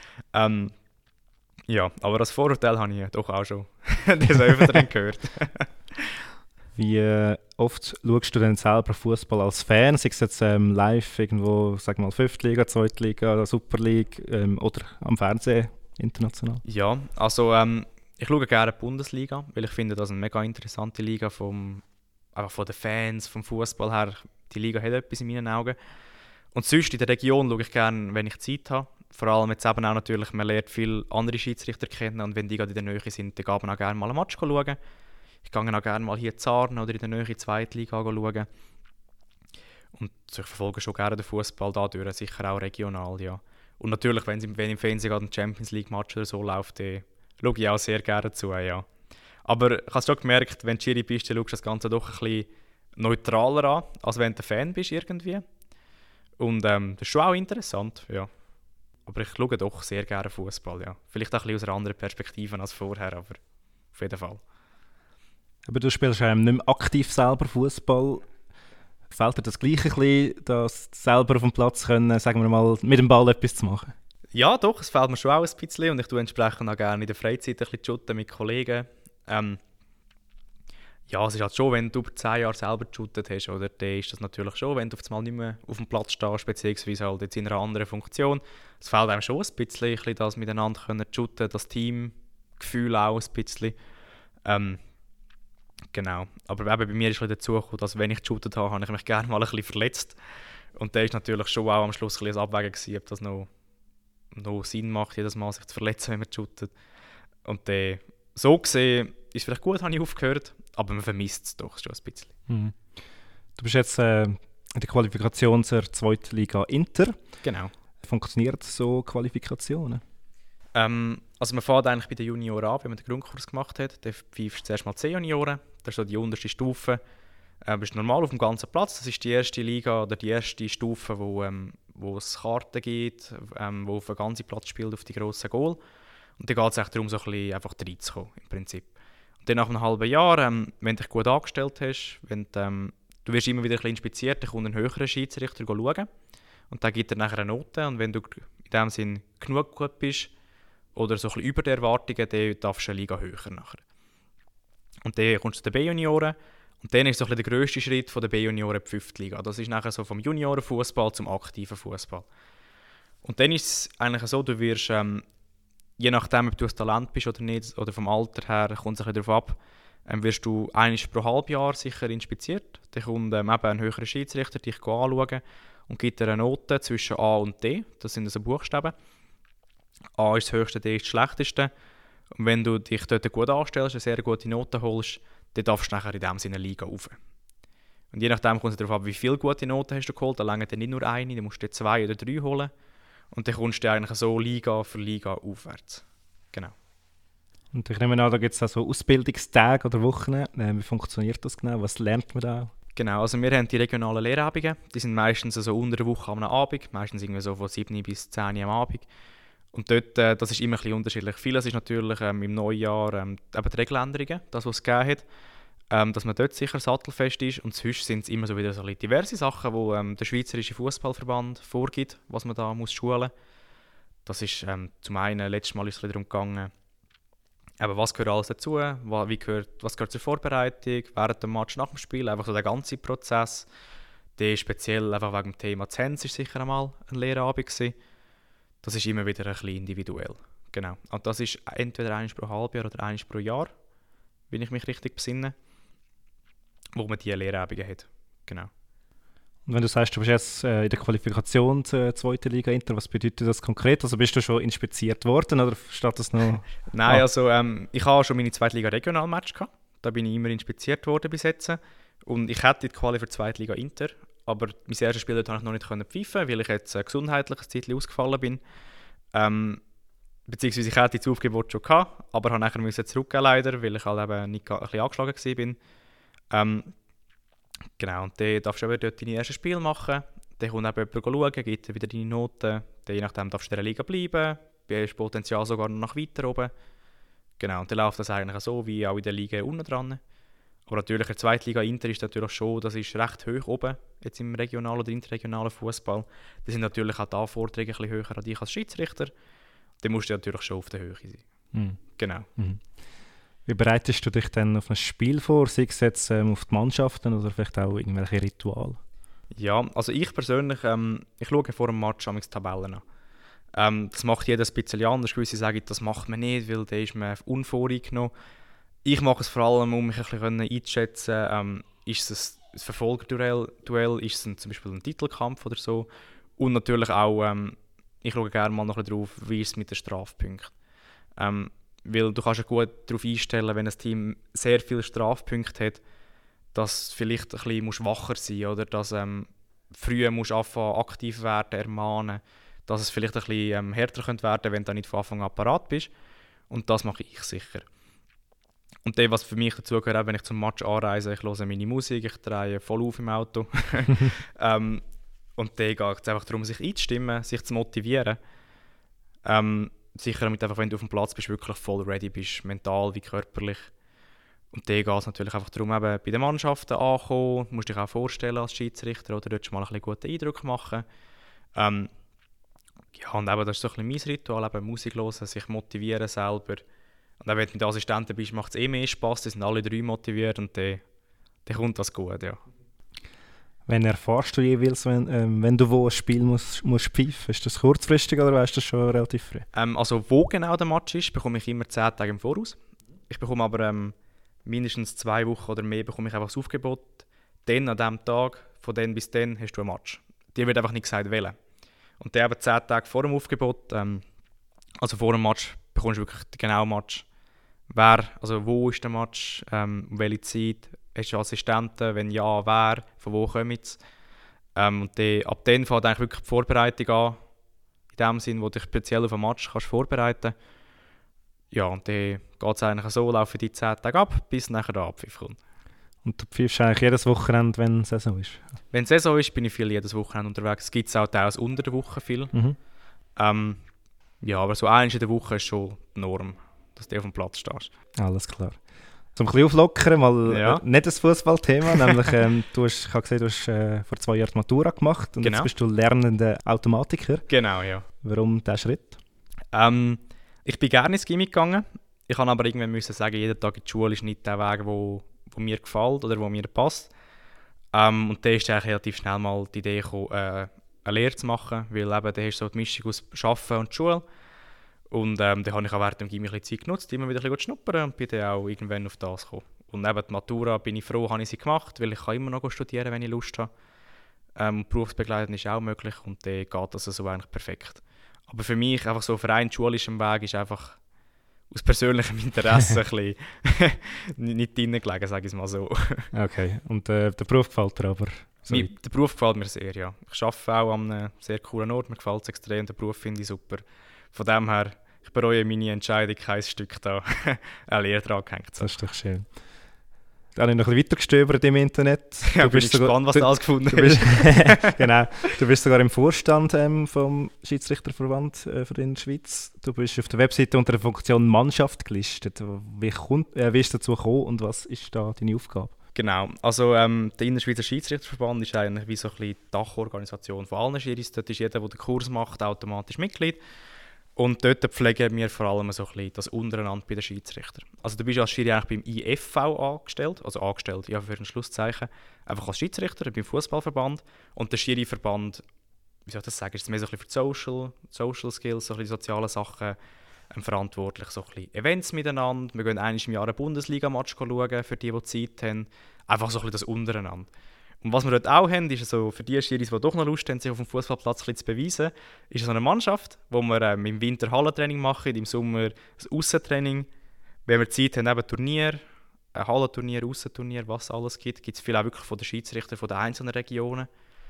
Ja, aber das Vorurteil habe ich doch auch schon des Öfteren gehört. Wie oft schaust du denn selber Fußball als Fan? Sei es jetzt live irgendwo, sag mal 5. Liga, 2. Liga, Super League oder am Fernsehen international? Ja, also ich schaue gerne die Bundesliga, weil ich finde, das ist eine mega interessante Liga einfach von den Fans, vom Fußball her. Die Liga hat etwas in meinen Augen. Und sonst in der Region schaue ich gerne, wenn ich Zeit habe. Vor allem jetzt eben auch natürlich, man lernt viele andere Schiedsrichter kennen und wenn die gerade in der Nähe sind, dann geht man auch gerne mal ein Match schauen. Ich gehe auch gerne mal hier in Sarnen oder in der Nähe in die zweite Liga schauen. Und ich verfolge schon gerne den Fußball dadurch, sicher auch regional, ja. Und natürlich, wenn im Fernsehen gerade ein Champions League Match oder so läuft, dann schaue ich auch sehr gerne zu, ja. Aber ich habe schon gemerkt, wenn du Schiri bist, dann schaust du das Ganze doch ein bisschen neutraler an, als wenn du ein Fan bist irgendwie. Und das ist schon auch interessant, ja. Aber ich schaue doch sehr gerne Fußball, ja. Vielleicht auch ein bisschen aus einer anderen Perspektive als vorher, aber auf jeden Fall. Aber du spielst nicht mehr aktiv selber Fußball. Fällt dir das Gleiche ein bisschen, dass selber auf dem Platz können, sagen wir mal, mit dem Ball etwas zu machen? Ja, doch, es fällt mir schon auch ein bisschen und ich tue entsprechend auch gerne in der Freizeit ein bisschen shooten mit Kollegen. Ja, es ist halt schon, wenn du über 10 Jahre selber geshootet hast, oder, dann ist das natürlich schon, wenn du auf einmal nicht mehr auf dem Platz stehst, beziehungsweise halt jetzt in einer anderen Funktion. Es fällt einem schon ein bisschen, das miteinander können shooten, das Teamgefühl auch ein bisschen. Genau, aber eben bei mir ist dazu gekommen, dass wenn ich geshootet habe, habe ich mich gerne mal ein bisschen verletzt. Und da war natürlich schon auch am Schluss ein bisschen ein Abwägen gewesen, ob das noch Sinn macht, jedes Mal sich zu verletzen, wenn man shootet. Und so gesehen ist es vielleicht gut, habe ich aufgehört, aber man vermisst es doch schon ein bisschen. Mhm. Du bist jetzt in der Qualifikation zur zweiten Liga Inter. Genau. Funktioniert so Qualifikationen? Also man fährt eigentlich bei den Junioren an, wenn man den Grundkurs gemacht hat. Dann pfeifst du zuerst mal 10 Junioren, das ist so die unterste Stufe. Du bist normal auf dem ganzen Platz, das ist die erste Liga oder die erste Stufe, wo es Karten gibt, wo auf den ganzen Platz spielt, auf die grossen Goal. Und dann geht es darum, so ein bisschen einfach reinzukommen, im Prinzip. Und dann nach einem halben Jahr, wenn du dich gut angestellt hast, du wirst immer wieder ein bisschen inspiziert, dann kommt ein höherer Schiedsrichter schauen. Und der gibt dir nachher eine Note. Und wenn du in dem Sinn genug gut bist, oder so ein bisschen über den Erwartungen, dann darfst du eine Liga höher nachher. Und dann kommst du zu den B-Junioren. Und dann ist so ein bisschen der grösste Schritt von den B-Junioren die 5. Liga. Das ist nachher so vom Juniorenfußball zum aktiven Fußball. Und dann ist es eigentlich so, du wirst, je nachdem, ob du ein Talent bist oder nicht, oder vom Alter her, kommt es ein bisschen darauf ab, wirst du einmal pro Halbjahr sicher inspiziert. Dann kommt eben ein höherer Schiedsrichter dich anschauen und gibt dir eine Note zwischen A und D. Das sind also Buchstaben. A ist das höchste, D ist das schlechteste. Und wenn du dich dort gut anstellst, eine sehr gute Note holst, dann darfst du nachher in diesem Sinne Liga rauf. Und je nachdem kommt es darauf ab, wie viele gute Noten hast du geholt. Dann reicht dir nicht nur eine, dann musst du 2 oder 3 holen. Und dann kommst du eigentlich so Liga für Liga aufwärts. Genau. Und ich nehme an, da gibt es auch so Ausbildungstage oder Wochen. Wie funktioniert das genau? Was lernt man da? Genau, also wir haben die regionalen Lehrabende. Die sind meistens so unter der Woche am Abend, meistens irgendwie so von 7 bis 10 am Abend. Und dort, das ist immer ein bisschen unterschiedlich. Vieles ist natürlich im Neujahr eben die Regeländerungen, das, was es gegeben hat, dass man dort sicher sattelfest ist. Und sonst sind es immer so wieder so diverse Sachen, die der Schweizerische Fußballverband vorgibt, was man da muss schulen muss. Das ist zum einen, letztes Mal ist es darum gegangen, eben, was gehört alles dazu, was gehört zur Vorbereitung, während dem Match, nach dem Spiel, einfach so der ganze Prozess. Der speziell einfach wegen dem Thema Zenz war sicher einmal ein Lehrabend gewesen. Das ist immer wieder ein bisschen individuell. Genau. Und das ist entweder einmal pro Halbjahr oder einmal pro Jahr, wenn ich mich richtig besinne, wo man diese Lehrabende hat. Genau. Und wenn du sagst, du bist jetzt in der Qualifikation zur zweiten Liga Inter, was bedeutet das konkret? Also bist du schon inspiziert worden oder steht das noch? Nein, also ich habe schon meine zweite Liga Regionalmatch gehabt. Da bin ich immer inspiziert worden bis jetzt. Und ich hätte die Quali für die zweite Liga Inter, aber mein erstes Spiel dort konnte ich noch nicht pfeifen, weil ich jetzt gesundheitlich ein Zeitchen ausgefallen bin. Beziehungsweise ich hatte das Aufgebot schon gehabt, aber habe nachher zurückgehen leider, weil ich halt eben nicht ein bisschen angeschlagen war. Genau, und dann darfst du dort deine ersten Spiele machen. Dann kommt eben jemand schauen, gibt dir wieder deine Noten. Dann je nachdem darfst du in der Liga bleiben. Hast Potenzial sogar noch nach weiter oben. Genau, und dann läuft das eigentlich so wie auch in der Liga unten dran. Aber natürlich in der zweiten Liga Inter ist natürlich schon, das ist recht hoch oben, jetzt im regionalen oder interregionalen Fußball. Da sind natürlich auch die Anforderungen ein bisschen höher an dich als Schiedsrichter. Dann musst du natürlich schon auf der Höhe sein. Mhm. Genau. Mhm. Wie bereitest du dich dann auf ein Spiel vor? Sei es jetzt auf die Mannschaften oder vielleicht auch irgendwelche Rituale? Ja, also ich persönlich, ich schaue vor dem Match die Tabellen an. Das macht jeder ein bisschen anders. Gewisse sagen, das macht man nicht, weil da ist man unvoreingenommen. Ich mache es vor allem, um mich ein bisschen einzuschätzen, ist es ein Verfolgerduell, ist es zum Beispiel ein Titelkampf oder so. Und natürlich auch, ich schaue gerne mal noch ein bisschen drauf, wie ist es mit den Strafpunkten. Weil du kannst ja gut darauf einstellen, wenn ein Team sehr viele Strafpunkte hat, dass du vielleicht ein bisschen wacher sein musst, oder dass früher musst du anfangen, aktiv werden, ermahnen, dass es vielleicht ein bisschen härter könnte werden, wenn du nicht von Anfang an parat bist. Und das mache ich sicher. Und das, was für mich dazugehört, wenn ich zum Match anreise, ich höre meine Musik, ich drehe voll auf im Auto. Und dann geht es einfach darum, sich einzustimmen, sich zu motivieren. Sicher damit einfach, wenn du auf dem Platz bist, wirklich voll ready bist, mental wie körperlich. Und dann geht es natürlich einfach darum, eben bei den Mannschaften anzukommen. Du musst dich auch vorstellen als Schiedsrichter oder dort mal ein bisschen guten Eindruck machen. Ja, und eben, das ist so ein bisschen mein Ritual, eben Musik hören, sich motivieren selber. Und auch wenn du mit Assistenten bist, macht es mehr Spass, die sind alle 3 motiviert und dann kommt das gut, ja. Wann erfährst du jeweils, wenn du wo ein Spiel musst pfeifen? Ist das kurzfristig oder weißt du das schon relativ früh? Also wo genau der Match ist, bekomme ich immer 10 Tage im Voraus. Ich bekomme aber mindestens 2 Wochen oder mehr bekomme ich einfach das Aufgebot. Dann an diesem Tag, von dann bis dann, hast du ein Match. Dir wird einfach nicht gesagt, wählen. Und dann eben 10 Tage vor dem Aufgebot, also vor dem Match, bekommst du wirklich den genauen Match. Wo ist der Match, um welche Zeit, hast du Assistenten, wenn ja, wer, von wo kommen sie. Und dann, ab dann fängt eigentlich wirklich die Vorbereitung an, in dem Sinn, wo du dich speziell auf ein Match kannst vorbereiten. Ja, und dann geht es eigentlich so, laufen die 10 Tage ab, bis nachher der Abpfiff kommt. Und du pfeifst eigentlich jedes Wochenende, wenn Saison ist? Wenn Saison ist, bin ich viel jedes Wochenende unterwegs. Es gibt es auch teils unter der Woche viel. Ja, aber so einmal in der Woche ist schon die Norm, dass du auf dem Platz stehst. Alles klar. Zum ein bisschen auflockern, mal nicht das Fußballthema, nämlich ich habe gesehen, du hast vor 2 Jahren die Matura gemacht und Genau. Jetzt bist du lernender Automatiker. Genau, ja. Warum dieser Schritt? Ich bin gerne ins Gimmi gegangen. Ich kann aber irgendwann müssen sagen, jeden Tag in die Schule ist nicht der Weg, wo mir gefällt oder wo mir passt. Und da ist eigentlich relativ schnell mal die Idee gekommen, eine Lehre zu machen, weil eben da hast du so die Mischung aus Arbeiten und Schule. Und dann habe ich auch während dem Gimmi ein bisschen Zeit genutzt, immer wieder ein bisschen schnuppern und bin dann auch irgendwann auf das gekommen. Und eben die Matura bin ich froh, habe ich sie gemacht, weil ich kann immer noch studieren, wenn ich Lust habe. Berufsbegleitend ist auch möglich und dann geht das so eigentlich perfekt. Aber für mich, einfach so auf rein schulischen Weg, ist einfach aus persönlichem Interesse ein bisschen nicht drin gelegen, sage ich es mal so. Okay, und der Beruf gefällt dir aber? So Der Beruf gefällt mir sehr, ja. Ich arbeite auch an einem sehr coolen Ort, mir gefällt es extrem, der Beruf finde ich super. Von dem her, ich bereue meine Entscheidung, kein Stück da eine Lehre dran gehängt zu haben. Das ist doch schön. Da habe ich noch ein bisschen weiter gestöbert im Internet. Ja, bin ich gespannt, was du alles gefunden hast. Genau. Du bist sogar im Vorstand vom Schiedsrichterverband für die Schweiz. Du bist auf der Webseite unter der Funktion Mannschaft gelistet. Wie ist es dazu gekommen und was ist da deine Aufgabe? Genau. Also der Innerschweizer Schiedsrichterverband ist eigentlich wie so ein bisschen die Dachorganisation von allen Schiris. Dort ist jeder, der den Kurs macht, automatisch Mitglied. Und dort pflegen wir vor allem so ein bisschen das untereinander bei den Schiedsrichtern. Also du bist als Schiri eigentlich beim IFV angestellt, ja für ein Schlusszeichen, einfach als Schiedsrichter beim Fußballverband. Und der Schiri-Verband, wie soll ich das sagen, ist mehr so ein bisschen für Social Skills, so ein bisschen soziale Sachen verantwortlich, so ein bisschen Events miteinander. Wir gehen einmal im Jahr einen Bundesliga-Match schauen, für die Zeit haben. Einfach so ein bisschen das untereinander. Und was wir dort auch haben, ist so, für die Schiris, die doch noch Lust haben, sich auf dem Fußballplatz ein bisschen zu beweisen, ist so eine Mannschaft, wo wir im Winter Hallentraining machen, im Sommer ein Aussentraining. Wenn wir Zeit haben, eben Turnier, ein Hallenturnier, Aussenturnier, was es alles gibt es viel auch wirklich von den Schiedsrichtern von den einzelnen Regionen.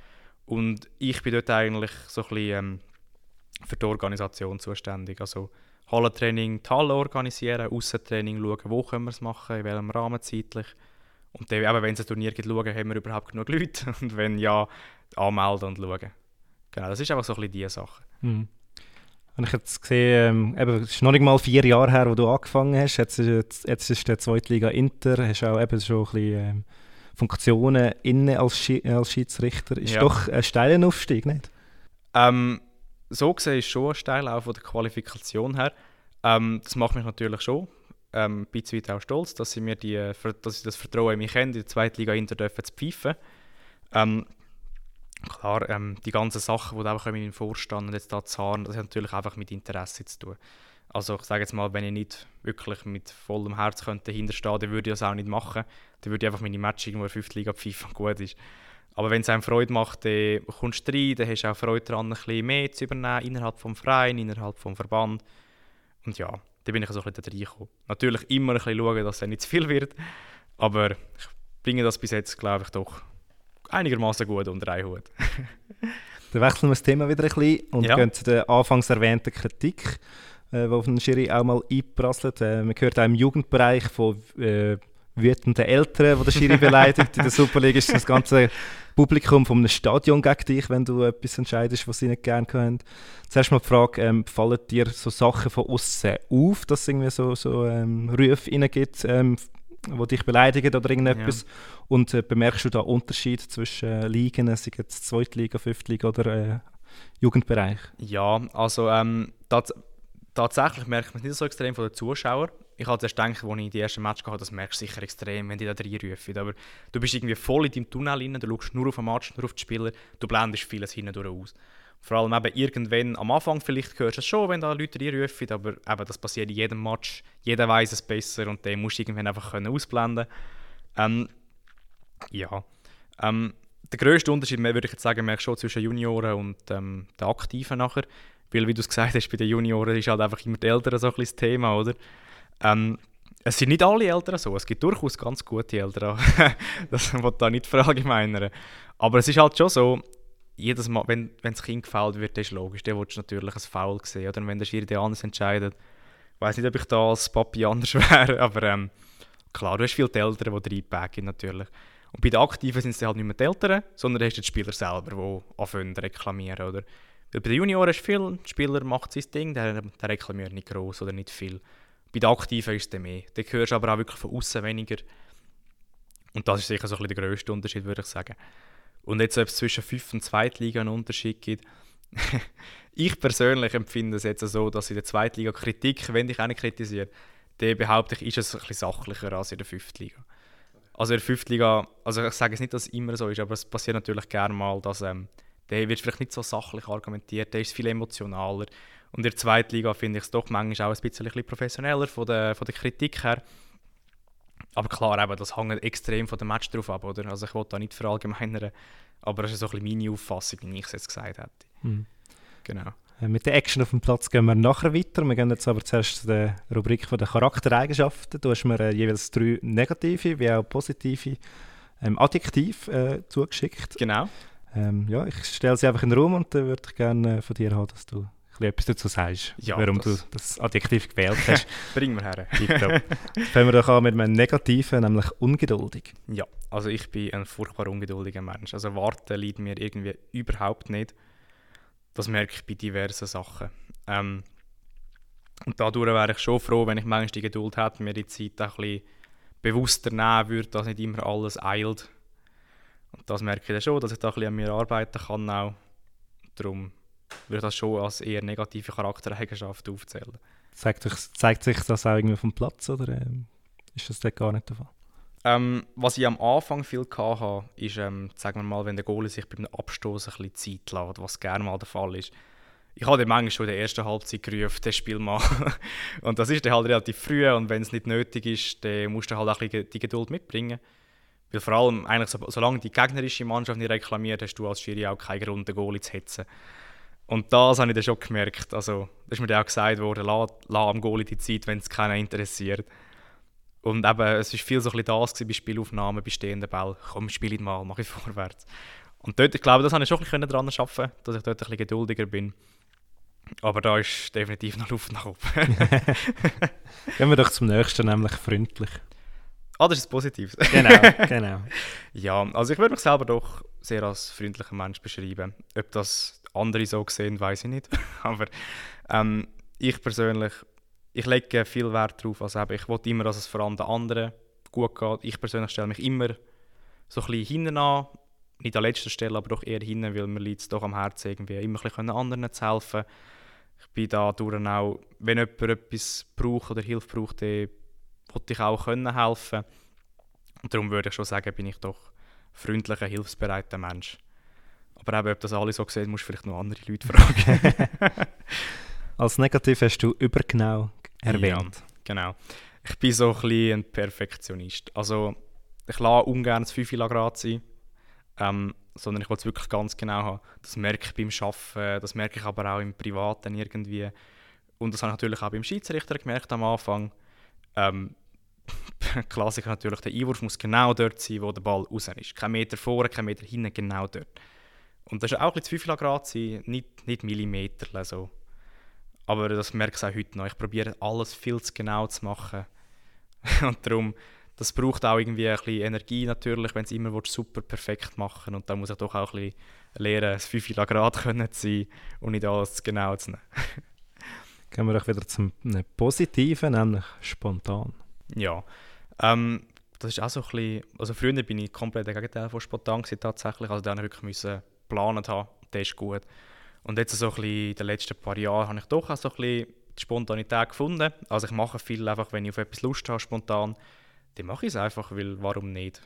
Und ich bin dort eigentlich so ein bisschen für die Organisation zuständig. Also Hallentraining, die Halle organisieren, Aussentraining schauen, wo können wir es machen, in welchem Rahmen zeitlich. Und dann, eben, wenn es ein Turnier gibt, schauen, haben wir überhaupt genug Leute. Und wenn ja, anmelden und schauen. Genau, das ist einfach so ein bisschen diese Sache. Mhm. Und ich habe jetzt gesehen, es ist noch nicht mal 4 Jahre her, wo du angefangen hast. Jetzt ist der Zweitliga Inter, hast auch eben schon ein bisschen Funktionen inne als Schiedsrichter. Ist doch ein steiler Aufstieg, nicht? So gesehen ist schon ein steil, auch von der Qualifikation her. Das macht mich natürlich schon ein bisschen weit auch stolz, dass sie das Vertrauen in mich haben, in der Zweitliga Inter zu pfeifen. Klar, die ganzen Sachen, die auch in meinem Vorstand und jetzt da zu haben, das hat natürlich einfach mit Interesse zu tun. Also ich sage jetzt mal, wenn ich nicht wirklich mit vollem Herz dahinterstehen könnte, dann würde ich das auch nicht machen. Dann würde ich einfach meine Match irgendwo in der 5. Liga pfeifen und gut ist. Aber wenn es einem Freude macht, dann kommst du rein, dann hast du auch Freude daran, ein bisschen mehr zu übernehmen, innerhalb des Vereins, innerhalb des Verbands. Und ja, da bin ich so ein bisschen da reingekommen. Natürlich immer ein bisschen schauen, dass es nicht zu viel wird, aber ich bringe das bis jetzt, glaube ich, doch einigermaßen gut unter einen Hut. Dann wechseln wir das Thema wieder ein bisschen und gehen zu der anfangs erwähnten Kritik, die auf den Schiri auch mal einprasselt. Man hört auch im Jugendbereich von wütenden Eltern, die der Schiri beleidigt. In der Superliga ist das ganze Publikum von einem Stadion gegen dich, wenn du etwas entscheidest, was sie nicht gerne haben. Zuerst mal die Frage, fallen dir so Sachen von außen auf, dass es irgendwie so Rufe reingibt, die dich beleidigen oder irgendetwas? Ja. Und bemerkst du da Unterschied zwischen Ligen, sei es Zweitliga, Fünftliga oder Jugendbereich? Ja, also tatsächlich merkt man es nicht so extrem von den Zuschauern. Ich hatte erst gedacht, als ich die ersten Match hatte, das merkst du sicher extrem, wenn die da reinrufen. Aber du bist irgendwie voll in deinem Tunnel rein, du schaust nur auf den Match, nur auf die Spieler, du blendest vieles hindurch aus. Vor allem eben irgendwann, am Anfang vielleicht hörst du es schon, wenn da Leute reinrufen, aber eben, das passiert in jedem Match. Jeder weiss es besser und den musst du irgendwann einfach ausblenden können. Der grösste Unterschied, würde ich jetzt sagen, merkst du schon zwischen Junioren und den Aktiven nachher. Weil, wie du es gesagt hast, bei den Junioren ist halt einfach immer die Eltern so ein bisschen das Thema, oder? Es sind nicht alle Eltern so, es gibt durchaus ganz gute Eltern, das will da nicht verallgemeinern. Aber es ist halt schon so, jedes Mal, wenn das Kind gefällt wird, das ist logisch, dann willst du natürlich ein Foul sehen, oder wenn der Schiri anders entscheidet. Ich weiss nicht, ob ich da als Papi anders wäre, aber klar, du hast viele Eltern, die reinpacken natürlich. Und bei den Aktiven sind es halt nicht mehr die Eltern, sondern du hast den Spieler selber, die anfangen zu reklamieren, oder? Weil bei den Junioren ist viel, der Spieler macht sein Ding, der reklamiert nicht gross oder nicht viel. Bei den Aktiven ist es mehr. Da hörst du aber auch wirklich von außen weniger. Und das ist sicher so ein bisschen der grösste Unterschied, würde ich sagen. Und jetzt, ob es zwischen 5 und Zweitliga einen Unterschied gibt. Ich persönlich empfinde es jetzt so, dass in der Zweitliga Kritik, wenn dich einer kritisiert, dann behaupte ich, ist es ein bisschen sachlicher als in der 5. Liga. Also in der 5. Liga, also ich sage jetzt nicht, dass es immer so ist, aber es passiert natürlich gerne mal, dass der wird vielleicht nicht so sachlich argumentiert, der ist viel emotionaler. Und in der Zweitliga finde ich es doch manchmal auch ein bisschen professioneller von der Kritik her. Aber klar, eben, das hängt extrem von dem Match drauf ab, oder? Also ich will da nicht verallgemeinern, aber das ist so ein bisschen meine Auffassung, wie ich es jetzt gesagt hätte. Mhm. Genau. Mit der Action auf dem Platz gehen wir nachher weiter. Wir gehen jetzt aber zuerst zu der Rubrik von den Charaktereigenschaften. Du hast mir jeweils 3 negative wie auch positive Adjektive zugeschickt. Genau. Ich stelle sie einfach in den Raum und dann würde ich gerne von dir haben, dass du etwas dazu sagst, warum du das Adjektiv gewählt hast. Bringen wir her. Fangen wir doch an mit einem Negativen, nämlich ungeduldig. Ja, also ich bin ein furchtbar ungeduldiger Mensch. Also warten liegt mir irgendwie überhaupt nicht. Das merke ich bei diversen Sachen. Und dadurch wäre ich schon froh, wenn ich manchmal die Geduld hätte, mir die Zeit ein bisschen bewusster nehmen würde, dass nicht immer alles eilt. Und das merke ich dann schon, dass ich da ein bisschen an mir arbeiten kann auch. Darum würde ich das schon als eher negative Charaktereigenschaft aufzählen. Zeigt sich das auch irgendwie vom Platz, oder ist das dort gar nicht der Fall? Was ich am Anfang viel hatte, ist, sagen wir mal, wenn der Goalie sich beim Abstoß ein bisschen Zeit lässt, was gerne mal der Fall ist. Ich habe manchmal schon in der ersten Halbzeit gerufen, das Spiel mal. Und das ist dann halt relativ früh und wenn es nicht nötig ist, dann musst du halt auch ein bisschen die Geduld mitbringen. Weil vor allem, eigentlich, solange die gegnerische Mannschaft nicht reklamiert, hast du als Schiri auch keinen Grund, den Goalie zu hetzen. Und das habe ich dann schon gemerkt. Also, das ist mir dann auch gesagt worden, lass am Goalie die Zeit, wenn es keinen interessiert. Und eben, es war viel so ein bisschen das bei Spielaufnahmen, bei stehenden Bällen. Komm, spiel ihn mal, mach ich vorwärts. Und dort, ich glaube, das habe ich schon ein bisschen daran arbeiten, dass ich dort ein bisschen geduldiger bin. Aber da ist definitiv noch Luft nach oben. Gehen wir doch zum nächsten, nämlich freundlich. Das ist positiv. Genau. Ja, also ich würde mich selber doch sehr als freundlicher Mensch beschreiben. Ob das andere so sehen, weiß ich nicht. Aber ich persönlich, ich lege viel Wert darauf. Also ich will immer, dass es vor allem den anderen gut geht. Ich persönlich stelle mich immer so ein bisschen hinten an. Nicht an letzter Stelle, aber doch eher hinten, weil mir liegt es doch am Herzen, irgendwie immer ein bisschen anderen zu helfen. Ich bin dadurch auch, wenn jemand etwas braucht oder Hilfe braucht, dann wollte ich auch helfen. Und darum würde ich schon sagen, bin ich doch freundlicher, hilfsbereiter Mensch. Aber eben, ob das alle so sehen, musst du vielleicht noch andere Leute fragen. Als Negativ hast du übergenau erwähnt. Ja, genau. Ich bin so ein bisschen ein Perfektionist. Also ich lasse ungern das 5 Grad sein, sondern ich will es wirklich ganz genau haben. Das merke ich beim Arbeiten, das merke ich aber auch im Privaten irgendwie. Und das habe ich natürlich auch beim Schiedsrichter gemerkt am Anfang. Klassiker natürlich, der Einwurf muss genau dort sein, wo der Ball raus ist. Kein Meter vorne, kein Meter hinten, genau dort. Und das ist auch ein bisschen zu viel Grad sein, nicht Millimeter. So. Aber das merke ich auch heute noch. Ich probiere alles viel zu genau zu machen. Und darum, das braucht auch irgendwie ein bisschen Energie natürlich, wenn du es immer super perfekt machen willst. Und da muss ich doch auch ein bisschen lernen, das 5 Grad zu sein und nicht alles genau zu nehmen. Gehen wir auch wieder zum Positiven, nämlich spontan. Ja, das ist auch so ein bisschen, also früher bin ich komplett der Gegenteil von spontan gewesen, tatsächlich, also da musste ich wirklich geplant haben, der ist gut. Und jetzt so ein bisschen in den letzten paar Jahren habe ich doch auch so ein bisschen die Spontanität gefunden. Also ich mache viel einfach, wenn ich auf etwas Lust habe, spontan, dann mache ich es einfach, weil warum nicht?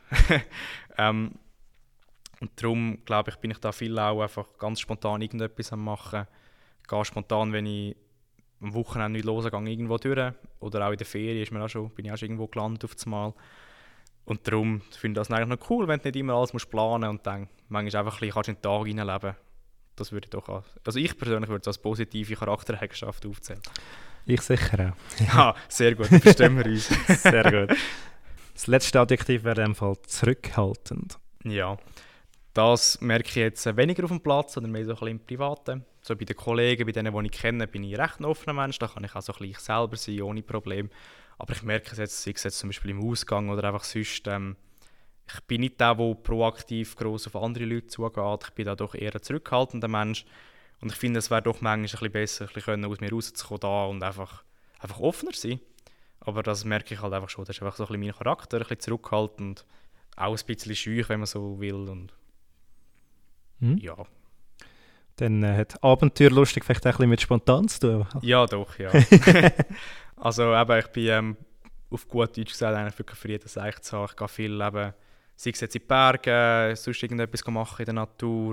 Und darum, glaube ich, bin ich da viel auch einfach ganz spontan irgendetwas am machen. Gehe spontan, wenn ich am Wochenende nicht losgehe, irgendwo durch. Oder auch in der Ferien bin ich auch schon irgendwo gelandet auf das Mal. Und darum finde ich das eigentlich noch cool, wenn du nicht immer alles planen musst und dann manchmal einfach ein bisschen in den Tag hineinleben. Das würde ich doch auch, also ich persönlich würde es als positive Charaktereigenschaft aufzählen. Ich sicher auch. Ja, sehr gut, dann verstehen wir uns. Sehr gut. Das letzte Adjektiv wäre in dem Fall zurückhaltend. Ja, das merke ich jetzt weniger auf dem Platz, sondern mehr so ein bisschen im Privaten. So bei den Kollegen, bei denen, die ich kenne, bin ich recht ein offener Mensch. Da kann ich auch so ein bisschen ich selber sein, ohne Probleme. Aber ich merke es jetzt, sei es jetzt zum Beispiel im Ausgang oder einfach sonst, ich bin nicht der proaktiv gross auf andere Leute zugeht. Ich bin da doch eher ein zurückhaltender Mensch. Und ich finde, es wäre doch manchmal ein bisschen besser, ein bisschen aus mir rauszukommen da und einfach offener sein. Aber das merke ich halt einfach schon. Das ist einfach so ein bisschen mein Charakter, ein bisschen zurückhaltend. Auch ein bisschen schüch, wenn man so will. Und ja. Dann hat Abenteuerlustig vielleicht auch ein bisschen mit spontan zu tun. Ja, doch, ja. Also eben, ich bin auf gut Deutsch gesagt eigentlich wirklich für jeden Seich zu haben. Ich gehe viel eben, sei es jetzt in die Berge, sonst irgendetwas machen in der Natur.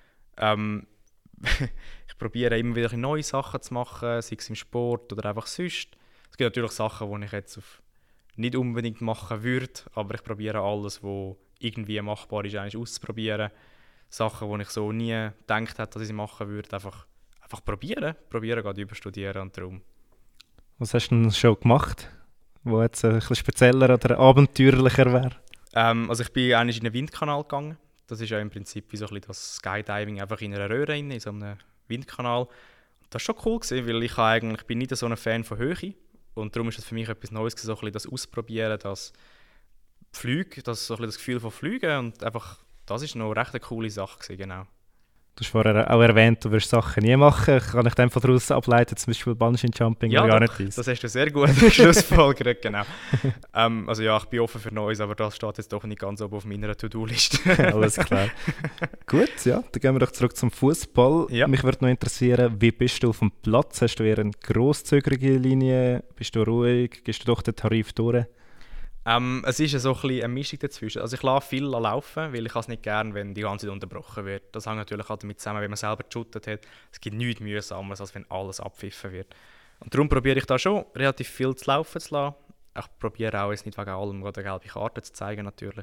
Ich probiere immer wieder neue Sachen zu machen, sei es im Sport oder einfach sonst. Es gibt natürlich Sachen, die ich jetzt nicht unbedingt machen würde, aber ich probiere alles, was irgendwie machbar ist, eigentlich auszuprobieren. Sachen, die ich so nie gedacht hätte, dass ich sie machen würde, einfach probieren. Probieren geht überstudieren und darum. Was hast du denn schon gemacht, wo jetzt ein bisschen spezieller oder abenteuerlicher wäre? Also ich bin eigentlich in einen Windkanal gegangen. Das ist ja im Prinzip wie so ein bisschen das Skydiving einfach in einer Röhre in so einem Windkanal. Das war schon cool gewesen, weil ich bin nicht so ein Fan von Höhe und darum ist es für mich etwas Neues gewesen, so ein bisschen das Ausprobieren, das Flüge, so ein bisschen das Gefühl von Fliegen und einfach, das ist noch recht eine coole Sache gewesen, genau. Du hast vorher auch erwähnt, du wirst Sachen nie machen. Kann ich einfach daraus ableiten, zum Beispiel Bungee-Jumping ja, gar doch, nicht ist. Das hast du sehr gut geschlussfolgert, genau. Also ja, ich bin offen für Neues, aber das steht jetzt doch nicht ganz oben auf meiner To-Do-Liste. Alles klar. Gut, ja, dann gehen wir doch zurück zum Fußball. Ja. Mich würde noch interessieren, wie bist du auf dem Platz? Hast du eher eine grosszügige Linie? Bist du ruhig? Gehst du doch den Tarif durch? Es ist so ein bisschen eine Mischung dazwischen. Also ich lasse viel laufen, weil ich es nicht gerne, wenn die ganze Zeit unterbrochen wird. Das hängt natürlich auch damit zusammen, wenn man selber geshootet hat. Es gibt nichts mühsameres, als wenn alles abpfiffen wird. Und darum probiere ich da schon relativ viel zu laufen zu lassen. Ich probiere auch jetzt nicht wegen allem eine gelbe Karte zu zeigen, natürlich.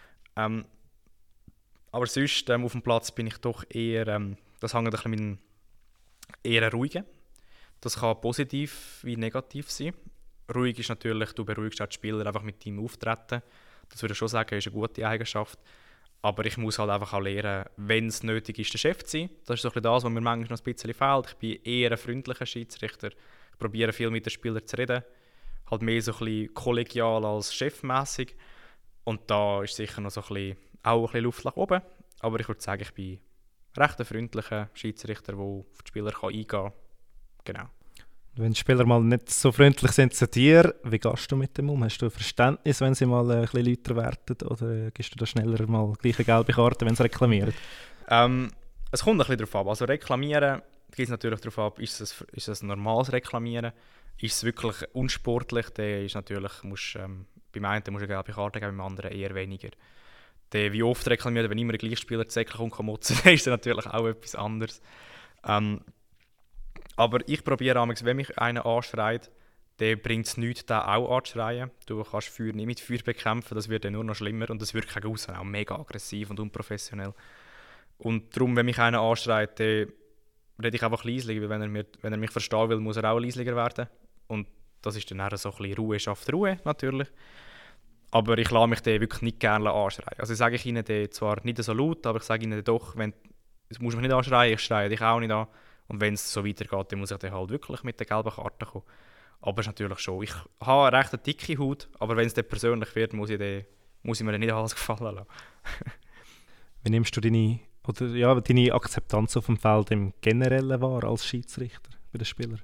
Aber sonst auf dem Platz bin ich doch eher, das hängt ein bisschen mit eher ruhigen. Das kann positiv wie negativ sein. Ruhig ist natürlich, du beruhigst auch die Spieler einfach mit deinem Auftreten. Das würde ich schon sagen, ist eine gute Eigenschaft. Aber ich muss halt einfach auch lernen, wenn es nötig ist, der Chef zu sein. Das ist so ein bisschen das, was mir manchmal noch ein bisschen fehlt. Ich bin eher ein freundlicher Schiedsrichter. Ich probiere viel mit den Spielern zu reden. Halt mehr so ein bisschen kollegial als chefmässig. Und da ist sicher noch so ein bisschen, auch ein bisschen Luft nach oben. Aber ich würde sagen, ich bin recht ein freundlicher Schiedsrichter, der auf die Spieler eingehen kann. Genau. Wenn die Spieler mal nicht so freundlich sind zu dir, wie gehst du mit dem um? Hast du Verständnis, wenn sie mal ein bisschen lauter werden? Oder gibst du da schneller mal gleich eine gelbe Karte, wenn sie reklamieren? Es kommt ein bisschen darauf ab. Also reklamieren geht es natürlich darauf ab, ist es ein normales Reklamieren? Ist es wirklich unsportlich? Dann ist natürlich, beim einen musst du eine gelbe Karte geben, beim anderen eher weniger. Wie oft reklamiert, wenn immer ein Gleichspieler zu Säckchen kommt, motzen, dann ist das natürlich auch etwas anderes. Aber ich probiere manchmal, wenn mich einer anschreit, dann bringt es nichts, den auch anzuschreien. Du kannst Feuer nicht mit Feuer bekämpfen, das wird dann nur noch schlimmer und das wirkt gegen aussen auch mega aggressiv und unprofessionell. Und darum, wenn mich einer anschreit, dann rede ich einfach leislich, weil wenn er mich verstehen will, muss er auch leislicher werden. Und das ist dann eher so ein bisschen Ruhe schafft Ruhe, natürlich. Aber ich lasse mich dann wirklich nicht gerne anschreien. Also sage ich ihnen dann zwar nicht so laut, aber ich sage ihnen dann doch, du musst mich nicht anschreien, ich schreie dich auch nicht an. Und wenn es so weitergeht, dann muss ich dann halt wirklich mit der gelben Karte kommen. Aber es ist natürlich schon, ich habe eine recht dicke Haut, aber wenn es dann persönlich wird, muss ich mir dann nicht alles gefallen lassen. Wie nimmst du deine Akzeptanz auf dem Feld im Generellen wahr als Schiedsrichter bei den Spielern?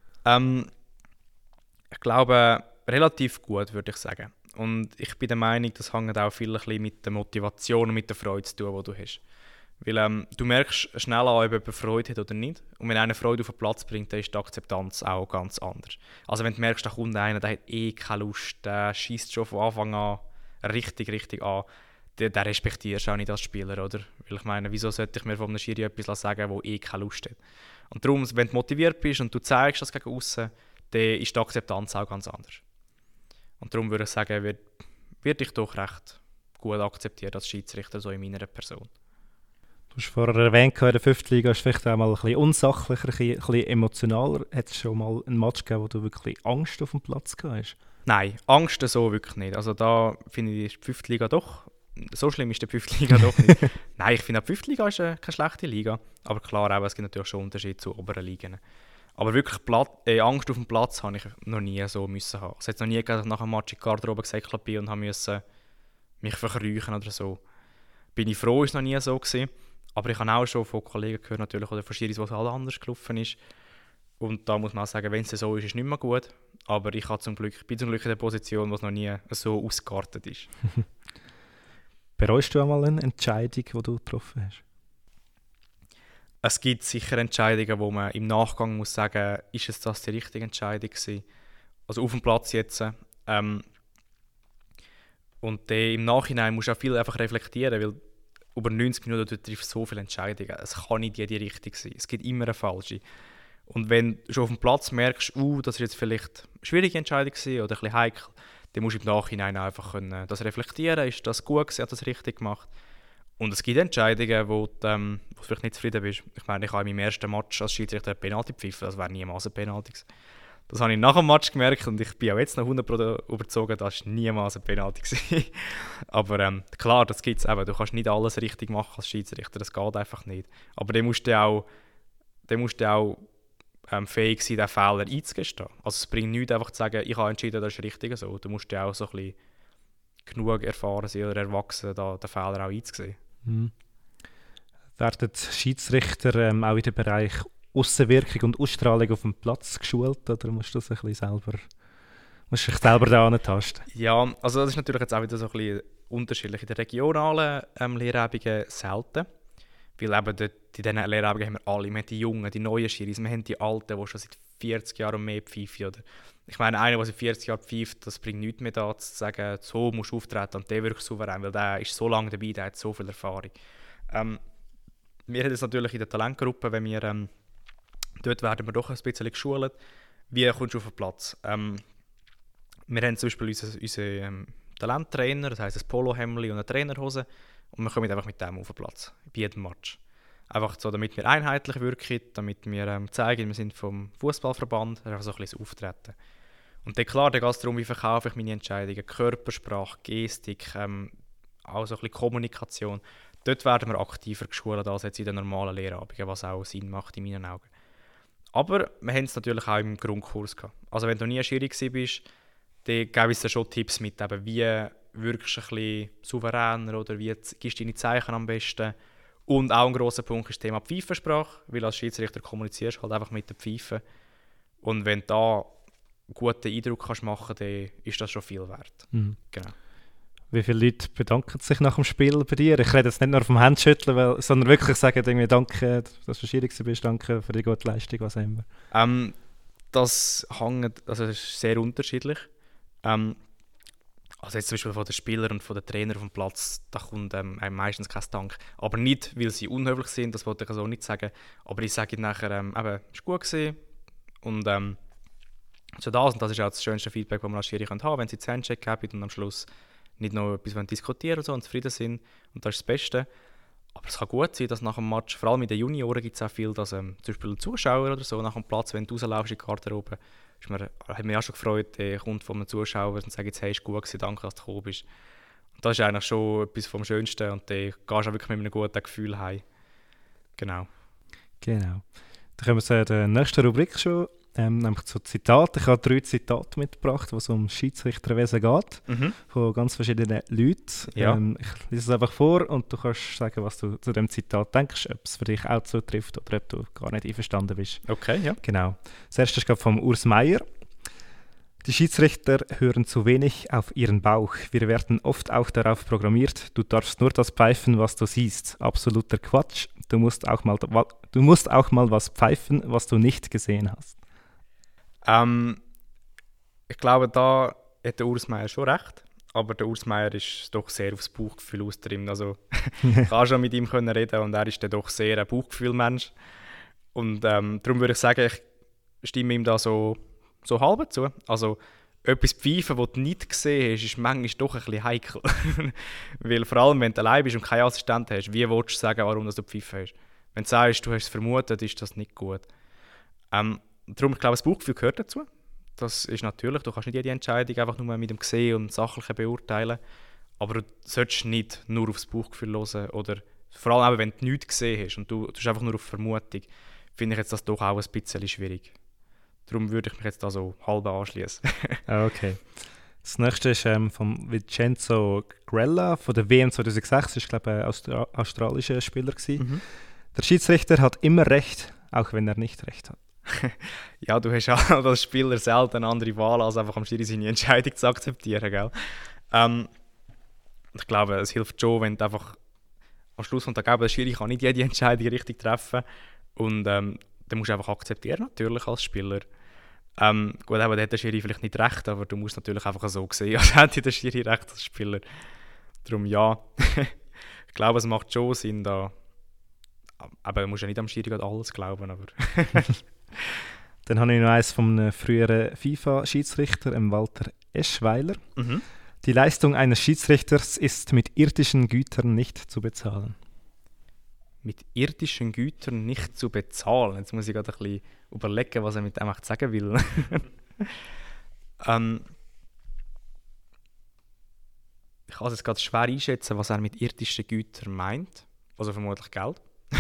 Ich glaube, relativ gut, würde ich sagen. Und ich bin der Meinung, das hängt auch viel ein bisschen mit der Motivation und mit der Freude zu tun, die du hast. Weil du merkst schnell an, ob jemand Freude hat oder nicht. Und wenn einer Freude auf den Platz bringt, dann ist die Akzeptanz auch ganz anders. Also wenn du merkst, da kommt einer, der hat keine Lust, der schießt schon von Anfang an richtig an, den respektierst du auch nicht als Spieler, oder? Weil ich meine, wieso sollte ich mir von einem Schiri etwas sagen, der keine Lust hat? Und darum, wenn du motiviert bist und du zeigst das gegen außen, dann ist die Akzeptanz auch ganz anders. Und darum würde ich sagen, wird ich doch recht gut akzeptiert als Schiedsrichter, so in meiner Person. Du hast vorher erwähnt, in der 5. Liga ist es vielleicht auch mal ein bisschen unsachlicher, ein bisschen emotionaler. Hat es schon mal einen Match gegeben, wo du wirklich Angst auf dem Platz gehabt hast? Nein, Angst so wirklich nicht. Also da finde ich die 5. Liga doch, so schlimm ist die 5. Liga doch nicht. Nein, ich finde die 5. Liga ist keine schlechte Liga. Aber klar, auch, es gibt natürlich schon Unterschiede zu oberen Ligen. Aber wirklich Angst auf dem Platz habe ich noch nie so müssen haben. Es hat noch nie gegeben, dass ich nach einem Match in die Garderobe gesäckelt bin und musste mich verkrüchen oder so. Bin ich froh, ist es noch nie so gewesen. Aber ich habe auch schon von Kollegen gehört, natürlich, oder von Schiris, wo es halt anders gelaufen ist. Und da muss man auch sagen, wenn es so ist, ist es nicht mehr gut. Aber ich bin zum Glück in der Position, wo es noch nie so ausgeartet ist. Bereust du einmal eine Entscheidung, die du getroffen hast? Es gibt sicher Entscheidungen, wo man im Nachgang muss sagen, ist es das die richtige Entscheidung gewesen? Also auf dem Platz jetzt. Und im Nachhinein musst du auch viel einfach reflektieren, weil über 90 Minuten du triffst so viele Entscheidungen. Es kann nicht jede richtig sein. Es gibt immer eine falsche. Und wenn du schon auf dem Platz merkst, das ist jetzt vielleicht eine schwierige Entscheidung gewesen oder ein bisschen heikel, dann musst du im Nachhinein einfach das reflektieren. Ist das gut gewesen, hat das richtig gemacht? Und es gibt Entscheidungen, wo du vielleicht nicht zufrieden bist. Ich meine, ich habe in meinem ersten Match als Schiedsrichter eine Penalty pfiffen, das wäre niemals eine Penalty gewesen. Das habe ich nach dem Match gemerkt und ich bin auch jetzt noch 100% überzeugt, das war niemals eine Penalty gewesen. Aber klar, das gibt es eben. Du kannst nicht alles richtig machen als Schiedsrichter, das geht einfach nicht. Aber dann musst du auch fähig sein, diesen Fehler einzugestehen. Also es bringt nichts, einfach zu sagen, ich habe entschieden, das ist richtig so. Du musst ja auch so ein bisschen genug erfahren sein oder erwachsen, den Fehler auch einzusehen. Werden Schiedsrichter auch in dem Bereich Aussenwirkung und Ausstrahlung auf dem Platz geschult, oder musst du das ein bisschen dich selber da antasten? Ja, also das ist natürlich jetzt auch wieder so ein bisschen unterschiedlich. In den regionalen Lehrabungen selten, weil eben in diesen Lehrabungen haben wir alle, wir haben die Jungen, die neuen Schiris, wir haben die Alten, die schon seit 40 Jahren und mehr pfeifen. Oder ich meine, einer, der seit 40 Jahren pfeift, das bringt nichts mehr da, zu sagen, so musst du auftreten und der wirklich souverän, weil der ist so lange dabei, der hat so viel Erfahrung. Wir haben das natürlich in der Talentgruppe, wenn wir dort werden wir doch ein bisschen geschult. Wie kommst du auf den Platz? Wir haben zum Beispiel unseren Talenttrainer, das heisst ein Polohemd und eine Trainerhose. Und wir kommen einfach mit dem auf den Platz, bei jedem Match. Einfach so, damit wir einheitlich wirken, damit wir zeigen, wir sind vom Fußballverband, einfach so ein bisschen das Auftreten. Und dann klar, dann geht es darum, wie verkaufe ich meine Entscheidungen, Körpersprache, Gestik, auch so ein bisschen Kommunikation. Dort werden wir aktiver geschult als jetzt in den normalen Lehrabenden, was auch Sinn macht in meinen Augen. Aber wir haben es natürlich auch im Grundkurs gehabt. Also wenn du nie Schiri warst, dann gebe ich dir schon Tipps mit, eben, wie wirkst du ein bisschen souveräner oder wie gibst du deine Zeichen am besten. Und auch ein grosser Punkt ist das Thema Pfeifensprache, weil als Schiedsrichter kommunizierst du halt einfach mit der Pfeife. Und wenn du da einen guten Eindruck kannst machen, dann ist das schon viel wert. Mhm. Genau. Wie viele Leute bedanken sich nach dem Spiel bei dir? Ich rede jetzt nicht nur vom Handschütteln, sondern wirklich sagen, irgendwie, danke, dass du Schiri bist, danke für die gute Leistung, was immer. Das ist sehr unterschiedlich. Also jetzt zum Beispiel von den Spielern und von den Trainern auf dem Platz, da kommt einem meistens kein Dank. Aber nicht, weil sie unhöflich sind, das wollte ich so nicht sagen. Aber ich sage nachher, es war gut gewesen. Und so das. Und das ist auch das schönste Feedback, das man als Schiri haben kann, wenn sie das Handshake haben und am Schluss nicht noch etwas diskutieren und so und zufrieden sind. Und das ist das Beste. Aber es kann gut sein, dass nach dem Match, vor allem in den Junioren gibt es auch viel, dass zum Beispiel ein Zuschauer oder so nach dem Platz, wenn du rauslaufst in die Garderobe, hat mich auch schon gefreut, der kommt von einem Zuschauer und sagt jetzt, hey, ist gut gewesen, danke, dass du gekommen bist. Und das ist eigentlich schon etwas vom Schönsten und dann gehst du auch wirklich mit einem guten Gefühl heim. Genau. Genau. Dann kommen wir zu der nächsten Rubrik schon, nämlich zu Zitaten. Ich habe 3 Zitate mitgebracht, wo es um Schiedsrichterwesen geht, von ganz verschiedenen Leuten. Ja. Ich lese es einfach vor und du kannst sagen, was du zu dem Zitat denkst, ob es für dich auch zutrifft oder ob du gar nicht einverstanden bist. Okay, ja. Genau. Das erste ist vom Urs Meier. Die Schiedsrichter hören zu wenig auf ihren Bauch. Wir werden oft auch darauf programmiert, du darfst nur das pfeifen, was du siehst. Absoluter Quatsch. Du musst auch mal was pfeifen, was du nicht gesehen hast. Ich glaube, da hat der Urs Meier schon recht. Aber der Urs Meier ist doch sehr aufs Bauchgefühl austrimmt. Also ich kann schon mit ihm reden und er ist dann doch sehr ein Bauchgefühlmensch. Und darum würde ich sagen, ich stimme ihm da so halb zu. Also etwas pfeifen, das du nicht gesehen hast, ist manchmal doch ein bisschen heikel. Weil vor allem, wenn du allein bist und keinen Assistent hast, wie willst du sagen, warum du pfeifen hast? Wenn du sagst, du hast es vermutet, ist das nicht gut. Darum, ich glaube, das Bauchgefühl gehört dazu. Das ist natürlich, du kannst nicht jede Entscheidung einfach nur mit dem Sehen und Sachlichen beurteilen. Aber du solltest nicht nur aufs Bauchgefühl hören. Oder vor allem, wenn du nichts gesehen hast und du tust einfach nur auf Vermutung, finde ich jetzt das doch auch ein bisschen schwierig. Darum würde ich mich jetzt da so halb anschließen. Okay. Das nächste ist von Vincenzo Grella von der WM 2006. Das war, glaube ich, ein australischer Spieler. Der Schiedsrichter hat immer Recht, auch wenn er nicht Recht hat. Ja, du hast auch als Spieler selten eine andere Wahl, als einfach am Schiri seine Entscheidung zu akzeptieren. Gell? Ich glaube, es hilft schon, wenn du einfach am Schluss von der der Schiri kann nicht jede Entscheidung richtig treffen. Und dann musst du einfach akzeptieren, natürlich, als Spieler. Gut, aber da hat der Schiri vielleicht nicht recht, aber du musst natürlich einfach so sehen, als hätte der Schiri recht als Spieler. Darum ja, ich glaube, es macht schon Sinn, da. Aber du musst ja nicht am Schiri alles glauben. Aber Dann habe ich noch eins von einem früheren FIFA-Schiedsrichter, Walter Eschweiler. Die Leistung eines Schiedsrichters ist mit irdischen Gütern nicht zu bezahlen. Mit irdischen Gütern nicht zu bezahlen. Jetzt muss ich gerade ein bisschen überlegen, was er mit dem sagen will. Ich kann es jetzt gerade schwer einschätzen, was er mit irdischen Gütern meint. Also vermutlich Geld.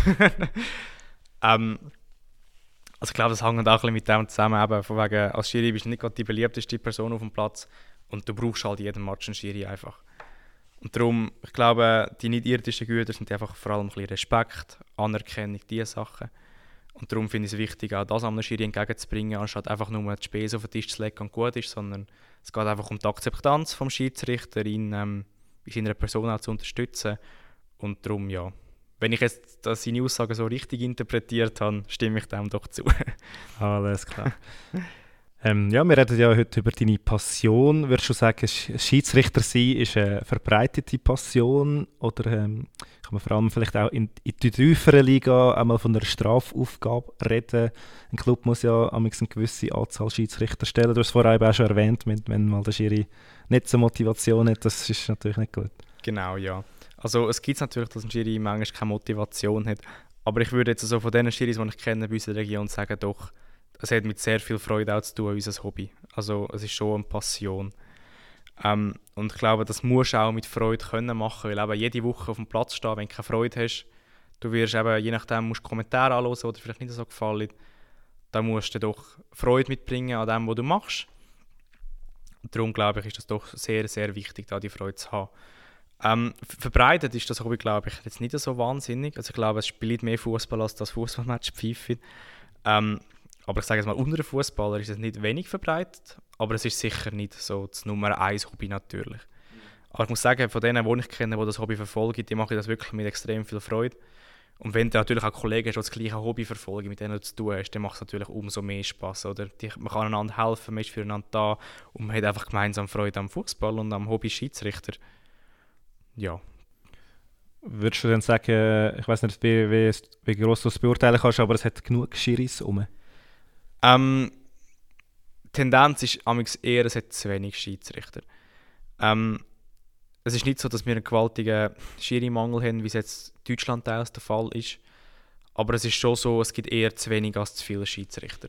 Also ich glaube, das hängt auch ein bisschen mit dem zusammen. Eben, von wegen, als Schiri bist du nicht gerade die beliebteste Person auf dem Platz und du brauchst halt jeden Match einen Schiri einfach. Und darum, ich glaube, die nicht-irdischen Güter sind einfach vor allem ein bisschen Respekt, Anerkennung, diese Sachen. Und darum finde ich es wichtig, auch das einem Schiri entgegenzubringen, anstatt einfach nur die Spesen auf den Tisch zu legen und gut ist, sondern es geht einfach um die Akzeptanz vom Schiedsrichter, ihn in seiner Person auch zu unterstützen. Und darum, ja, wenn ich jetzt seine Aussagen so richtig interpretiert habe, stimme ich dem doch zu. Alles klar. Ja, wir reden ja heute über deine Passion. Würdest du sagen, Schiedsrichter sein ist eine verbreitete Passion? Oder kann man vor allem vielleicht auch in die tiefere Liga einmal von einer Strafaufgabe reden? Ein Club muss ja eine gewisse Anzahl Schiedsrichter stellen. Du hast es vorhin auch schon erwähnt, wenn mal der Schiri nicht so Motivation hat, das ist natürlich nicht gut. Genau, ja. Also es gibt natürlich, dass ein Schiri manchmal keine Motivation hat. Aber ich würde jetzt also von den Schiris, die ich kenne, bei uns in der Region sagen, doch, es hat mit sehr viel Freude auch zu tun, unser Hobby. Also es ist schon eine Passion. Und ich glaube, das musst du auch mit Freude können machen, weil eben jede Woche auf dem Platz stehen, wenn du keine Freude hast, du wirst eben, je nachdem, musst du Kommentare anhören, die dir vielleicht nicht so gefallen, dann musst du doch Freude mitbringen an dem, was du machst. Und darum glaube ich, ist das doch sehr, sehr wichtig, da die Freude zu haben. Verbreitet ist das Hobby, glaube ich, jetzt nicht so wahnsinnig. Also ich glaube, es spielt mehr Fußball als das Fußballmatch pfeifen. Aber ich sage jetzt mal, unter den Fußballern ist es nicht wenig verbreitet, aber es ist sicher nicht so das Nummer 1 Hobby natürlich. Aber ich muss sagen, von denen, die ich kenne, die das Hobby verfolgen, die machen das wirklich mit extrem viel Freude. Und wenn du natürlich auch Kollegen hast, die das gleiche Hobby verfolgen, mit denen du zu tun hast, dann macht es natürlich umso mehr Spass. Oder? Man kann einander helfen, man ist füreinander da und man hat einfach gemeinsam Freude am Fußball und am Hobby Schiedsrichter. Ja. Würdest du dann sagen, ich weiß nicht, wie gross du es beurteilen kannst, aber es hat genug Schiris rum? Die Tendenz ist eher, es hat zu wenig Schiedsrichter. es ist nicht so, dass wir einen gewaltigen Schiri-Mangel haben, wie es jetzt in Deutschland teils der Fall ist. Aber es ist schon so, es gibt eher zu wenig als zu viele Schiedsrichter.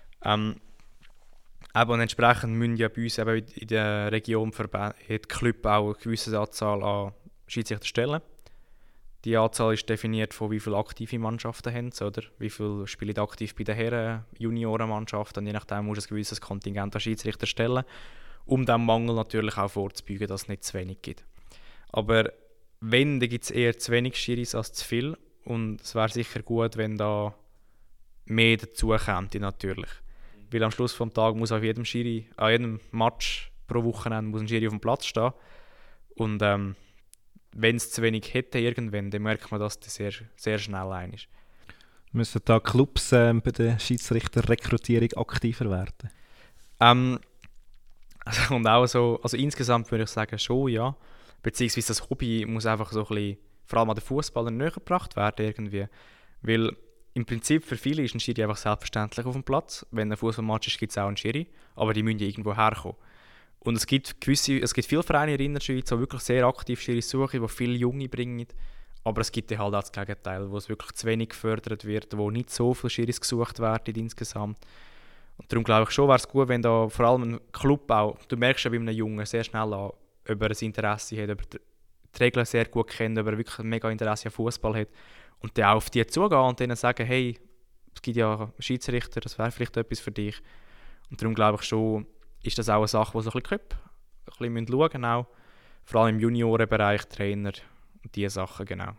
Und entsprechend müssen ja bei uns eben in der Region die Club auch eine gewisse Anzahl an Schiedsrichter stellen. Die Anzahl ist definiert von wie viele aktive Mannschaften haben, oder wie viele spielen aktiv bei den Herren, Juniorenmannschaften. Und je nachdem muss ein gewisses Kontingent an Schiedsrichter stellen, um diesem Mangel natürlich auch vorzubeugen, dass es nicht zu wenig gibt. Aber wenn, dann gibt es eher zu wenig Schiris als zu viel. Und es wäre sicher gut, wenn da mehr dazu käme, natürlich. Weil am Schluss des Tages muss auf jedem Schiri, an jedem Match pro Wochenende muss ein Schiri auf dem Platz stehen. Und wenn es zu wenig hätte irgendwann, dann merkt man, dass das sehr, sehr schnell ein ist. Müssen da Clubs bei der Schiedsrichterrekrutierung aktiver werden? Und auch so, also insgesamt würde ich sagen, schon, ja. Beziehungsweise das Hobby muss einfach so ein bisschen, vor allem an den Fußballern, näher gebracht werden irgendwie. Weil im Prinzip für viele ist ein Schiri einfach selbstverständlich auf dem Platz. Wenn ein Fußballmatch ist, gibt es auch einen Schiri, aber die müssen ja irgendwo herkommen. Und es gibt viele Vereine in der Schweiz, die wirklich sehr aktiv Schiris suchen, die viele Junge bringen. Aber es gibt halt auch das Gegenteil, wo es wirklich zu wenig gefördert wird, wo nicht so viele Schiris gesucht werden insgesamt. Und darum glaube ich schon, wäre es gut, wenn da vor allem ein Club auch, du merkst ja bei einem Jungen sehr schnell an, ob er ein Interesse hat, ob er die Regeln sehr gut kennt, ob er wirklich ein mega Interesse an Fußball hat. Und dann auch auf die zugehen und denen sagen, hey, es gibt ja Schiedsrichter, das wäre vielleicht etwas für dich. Und darum glaube ich schon, ist das auch eine Sache, die so ein bisschen schauen müssen. Auch. Vor allem im Juniorenbereich, Trainer und diese Sachen, genau.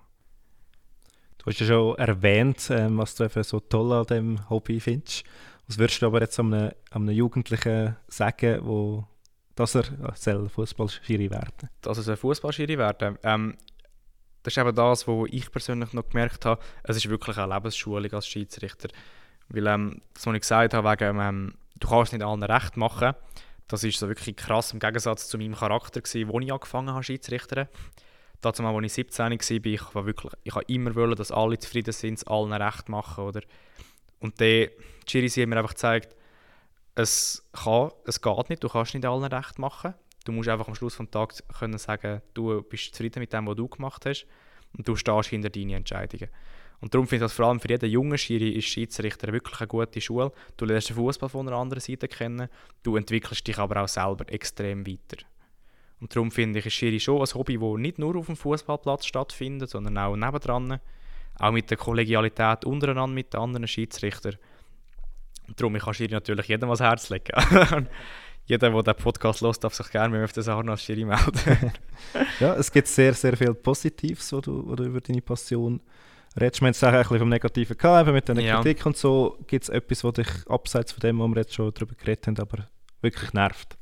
Du hast ja schon erwähnt, was du eben so toll an diesem Hobby findest. Was würdest du aber jetzt einem Jugendlichen sagen, dass er Fußballschiri werden soll? Dass er Fußballschiri werden das ist eben das, was ich persönlich noch gemerkt habe. Es ist wirklich eine Lebensschulung als Schiedsrichter. Weil, das, was ich gesagt habe, wegen, du kannst nicht allen recht machen, das ist so wirklich krass im Gegensatz zu meinem Charakter gewesen, wo ich angefangen habe, Schiedsrichter. Dazu mal, als ich 17 war, ich habe immer wollen, dass alle zufrieden sind, es allen recht machen. Oder? Und die Schiris haben mir einfach gezeigt, es geht nicht, du kannst nicht allen recht machen. Du musst einfach am Schluss des Tages können sagen, du bist zufrieden mit dem, was du gemacht hast und du stehst hinter deinen Entscheidungen. Und darum finde ich das vor allem für jeden jungen Schiri ist Schiedsrichter wirklich eine gute Schule. Du lernst den Fußball von einer anderen Seite kennen, du entwickelst dich aber auch selber extrem weiter. Und darum finde ich, ist Schiri schon ein Hobby, das nicht nur auf dem Fußballplatz stattfindet, sondern auch nebendran. Auch mit der Kollegialität untereinander mit den anderen Schiedsrichtern. Und darum, ich kann Schiri natürlich jedem ans Herz legen. Jeder, der diesen Podcast hört, darf sich gerne mit dem Sarno als Schiri melden. Ja, es gibt sehr, sehr viel Positives, wo du über deine Passion redest. Wir haben es auch ein bisschen vom Negativen gehabt, mit der Kritik und so. Gibt es etwas, was dich abseits von dem, wo wir jetzt schon darüber geredet haben, aber wirklich nervt?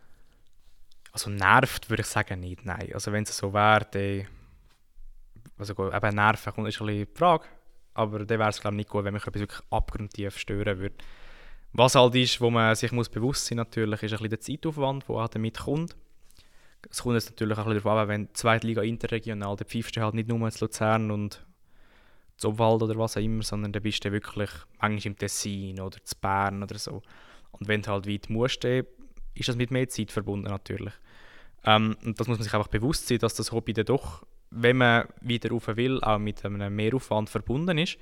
Also nervt würde ich sagen nicht, nein. Also wenn es so wäre, dann... Also eben nerven ist ein bisschen die Frage. Aber dann wäre es glaube ich nicht gut, wenn mich etwas wirklich abgrundtief stören würde. Was halt ist, wo man sich bewusst sein muss, natürlich, ist ein bisschen der Zeitaufwand, der auch damit kommt. Es kommt jetzt natürlich auch ein bisschen darauf an, wenn die zweite Liga interregional, dann pfeifst du halt nicht nur in Luzern und in Obwald oder was auch immer, sondern dann bist du wirklich manchmal im Tessin oder in Bern oder so. Und wenn du halt weit musst, dann ist das mit mehr Zeit verbunden natürlich. Und das muss man sich einfach bewusst sein, dass das Hobby dann doch, wenn man wieder rauf will, auch mit einem Mehraufwand verbunden ist.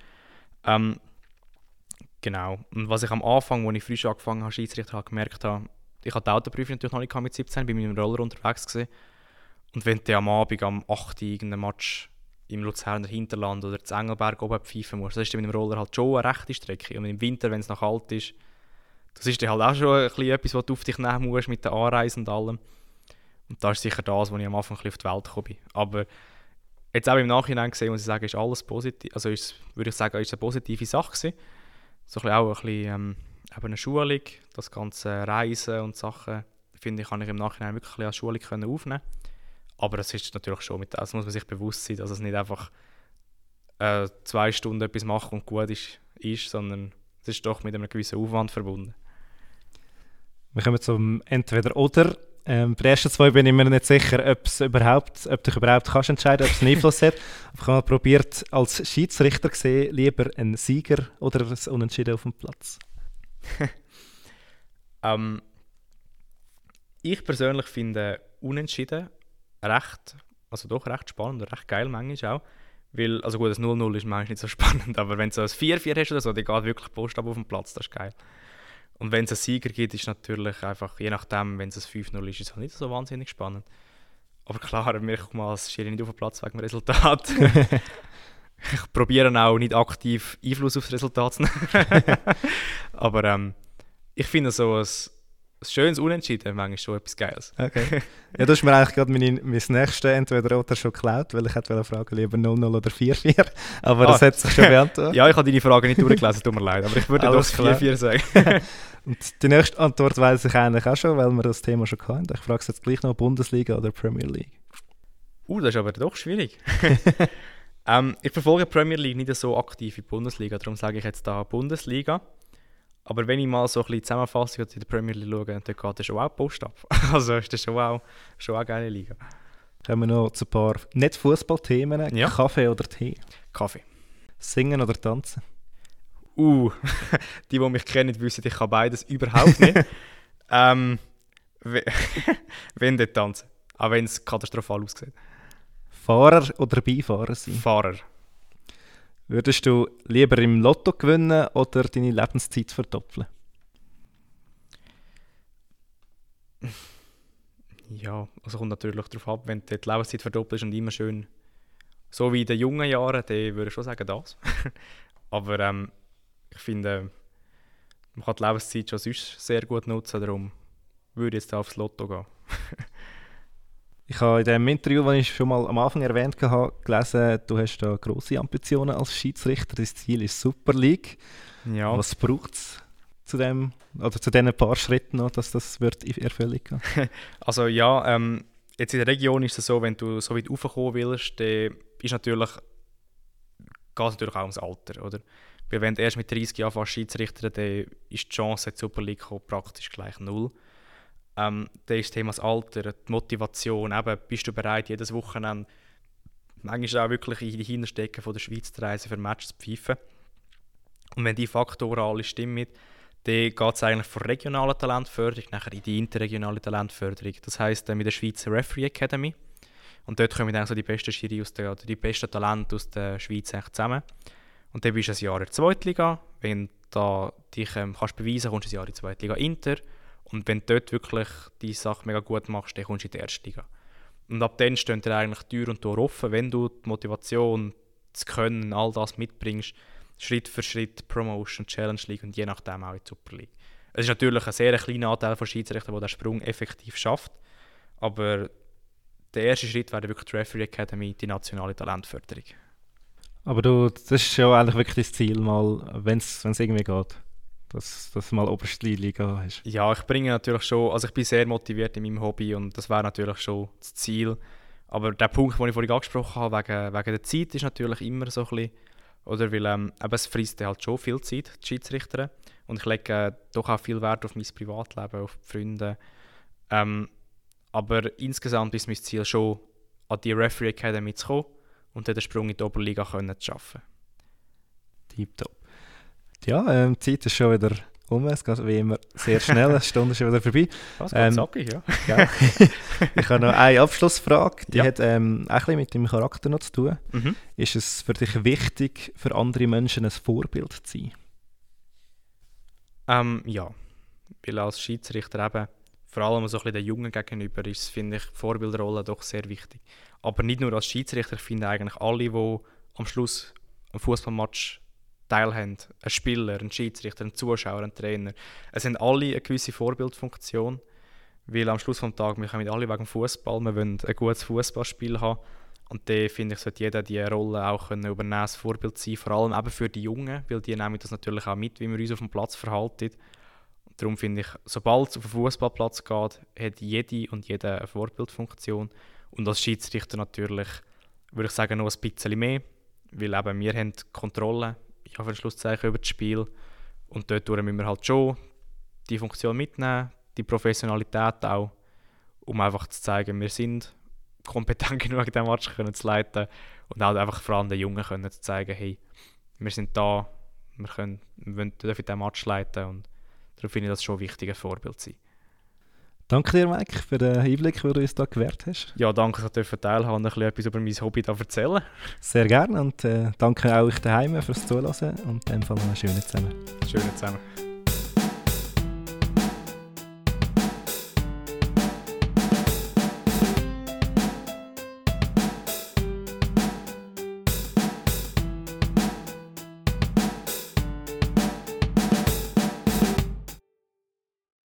Genau. Und was ich am Anfang, als ich frisch angefangen habe, Schiedsrichter, gemerkt habe, ich hatte die Autoprüfung natürlich noch nicht mit 17, bin mit meinem Roller unterwegs gewesen. Und wenn du am Abend am 8. irgendeinen Match im Luzerner Hinterland oder in Engelberg oben pfeifen musst, das ist dann mit dem Roller halt schon eine rechte Strecke. Und im Winter, wenn es noch kalt ist, das ist dann halt auch schon ein bisschen etwas, was du auf dich nehmen musst mit der Anreise und allem. Und das ist sicher das, wo ich am Anfang ein bisschen auf die Welt gekommen bin. Aber jetzt auch im Nachhinein gesehen, muss ich sagen, ist alles positiv. Also würde ich sagen, ist eine positive Sache gewesen. So auch ein bisschen eine Schulung, das ganze Reisen und Sachen, finde ich, kann ich im Nachhinein wirklich als Schulung aufnehmen. Aber es ist natürlich schon, mit das muss man sich bewusst sein, dass es nicht einfach 2 Stunden etwas machen und gut ist, sondern es ist doch mit einem gewissen Aufwand verbunden. Wir kommen zum Entweder-Oder. Bei den ersten 2 bin ich mir nicht sicher, ob du dich überhaupt kannst entscheiden, ob es einen Einfluss hat. Aber ich habe mal probiert, als Schiedsrichter gesehen, lieber einen Sieger oder ein Unentschieden auf dem Platz. Ich persönlich finde Unentschieden recht spannend und recht geil manchmal auch. Weil, also gut, das 0-0 ist manchmal nicht so spannend, aber wenn du so ein 4-4 hast oder so, dann geht wirklich Post ab auf den Platz, das ist geil. Und wenn es einen Sieger gibt, ist natürlich einfach, je nachdem, wenn es ein 5-0 ist, ist es halt nicht so wahnsinnig spannend. Aber klar, wir kommen als Schiri nicht auf den Platz wegen dem Resultat. Ich probiere auch nicht aktiv Einfluss auf das Resultat zu nehmen. Aber ich finde so ein schönes Unentschieden manchmal schon etwas Geiles. Okay. Ja, du hast mir eigentlich gerade mein nächstes Entweder-Oder schon geklaut, weil ich hätte fragen, lieber 0-0 oder 4-4. Aber das hat sich schon beantwortet. Ja, ich habe deine Frage nicht durchgelesen, tut mir leid. Aber ich würde doch 4-4 sagen. Und die nächste Antwort weiss ich eigentlich auch schon, weil wir das Thema schon hatten. Ich frage es jetzt gleich noch, Bundesliga oder Premier League? Das ist aber doch schwierig. Ich verfolge die Premier League nicht so aktiv wie die Bundesliga, darum sage ich jetzt da Bundesliga. Aber wenn ich mal so ein bisschen Zusammenfassung in der Premier League schaue, dann geht das schon auch Post ab. Also ist das schon auch eine geile Liga. Kommen wir noch zu ein paar Nicht-Fußball-Themen. Ja. Kaffee oder Tee? Kaffee. Singen oder tanzen? Die mich kennen, wissen, ich kann beides überhaupt nicht. Wenn dort tanzen. Auch wenn es katastrophal aussieht. Fahrer oder Beifahrer sein? Fahrer. Würdest du lieber im Lotto gewinnen oder deine Lebenszeit verdoppeln? Ja, also kommt natürlich darauf ab, wenn du die Lebenszeit verdoppelst und immer schön so wie in den jungen Jahren, dann würde ich schon sagen das. Aber ich finde, man kann die Lebenszeit schon sonst sehr gut nutzen, darum würde ich jetzt aufs Lotto gehen. Ich habe in dem Interview, das ich schon mal am Anfang erwähnt habe, gelesen, du hast da grosse Ambitionen als Schiedsrichter. Dein Ziel ist Super League. Ja. Was braucht es zu diesen paar Schritten noch, dass das wird in Erfüllung gehen? Also ja, jetzt in der Region ist es so, wenn du so weit raufkommen willst, dann geht es natürlich auch ums Alter, oder? Weil wenn du erst mit 30 Jahren fast Schiedsrichter, dann ist die Chance, in die Super League zu kommen, praktisch gleich null. Dann ist das Thema das Alter, die Motivation, eben, bist du bereit, jedes Wochenende manchmal auch wirklich in die Hinterstecken von der Schweiz zu reisen, für Matches zu pfeifen. Und wenn die Faktoren alle stimmen, dann geht es eigentlich von regionaler Talentförderung nachher in die interregionale Talentförderung. Das heisst, mit der Schweizer Referee Academy. Und dort kommen dann so die besten Schiri oder die besten Talente aus der Schweiz zusammen. Und dann bist du ein Jahr in der Zweitliga. Wenn du dich kannst beweisen kannst, kommst du ein Jahr in die Zweitliga Inter. Und wenn du dort wirklich die Sache mega gut machst, dann kommst du in die erste Liga. Und ab dann stehen dir eigentlich Tür und Tor offen, wenn du die Motivation, das Können, all das mitbringst, Schritt für Schritt Promotion, Challenge League und je nachdem auch in die Super League. Es ist natürlich ein sehr kleiner Anteil von Schiedsrichtern, der diesen Sprung effektiv schafft. Aber der erste Schritt wäre wirklich die Referee Academy, die nationale Talentförderung. Aber das ist ja eigentlich wirklich das Ziel, wenn es irgendwie geht. Dass du mal oberste Liga hast. Ja, ich bringe natürlich schon, also ich bin sehr motiviert in meinem Hobby und das wäre natürlich schon das Ziel. Aber der Punkt, den ich vorhin angesprochen habe, wegen der Zeit, ist natürlich immer so ein bisschen, oder weil eben, es frisst halt schon viel Zeit, die Schiedsrichter. Und ich lege doch auch viel Wert auf mein Privatleben, auf die Freunde. Aber insgesamt ist mein Ziel schon, an die Referee Academy zu kommen und dann den Sprung in die Oberliga zu schaffen. Tipptopp. Ja, die Zeit ist schon wieder um. Es geht wie immer sehr schnell. Eine Stunde ist schon wieder vorbei. Was geht zackig, ja. Ja. Ich habe noch eine Abschlussfrage. Die hat auch ein bisschen mit deinem Charakter noch zu tun. Mhm. Ist es für dich wichtig, für andere Menschen ein Vorbild zu sein? Ja. Weil als Schiedsrichter eben, vor allem so ein bisschen den Jungen gegenüber, ist, finde ich, die Vorbildrolle doch sehr wichtig. Aber nicht nur als Schiedsrichter, ich finde eigentlich alle, die am Schluss am Fußballmatch teilhaben, ein Spieler, ein Schiedsrichter, ein Zuschauer, ein Trainer. Es haben alle eine gewisse Vorbildfunktion, weil am Schluss des Tages, wir kommen alle wegen Fußball, wir wollen ein gutes Fußballspiel haben und dann finde ich, sollte jeder diese Rolle auch übernehmen, das Vorbild sein, vor allem eben für die Jungen, weil die nehmen das natürlich auch mit, wie wir uns auf dem Platz verhalten. Und darum finde ich, sobald es auf den Fußballplatz geht, hat jede und jeder eine Vorbildfunktion und als Schiedsrichter natürlich, würde ich sagen, noch ein bisschen mehr, weil eben wir haben Kontrolle, ich habe Schlusszeichen über das Spiel und dort müssen wir halt schon die Funktion mitnehmen, die Professionalität auch, um einfach zu zeigen, wir sind kompetent genug, den Match zu leiten und auch einfach vor allem den Jungen können zu zeigen, hey, wir sind da, wir dürfen den Match leiten und darum finde ich das schon wichtig, ein Vorbild zu sein. Danke dir, Mike, für den Einblick, den du uns hier gewährt hast. Ja, danke, dass ich teilhaben durfte und ein bisschen etwas über mein Hobby da erzählen. Sehr gerne und danke auch euch daheim fürs Zuhören und in dem Fall noch einen schönen zusammen. Schönen zusammen.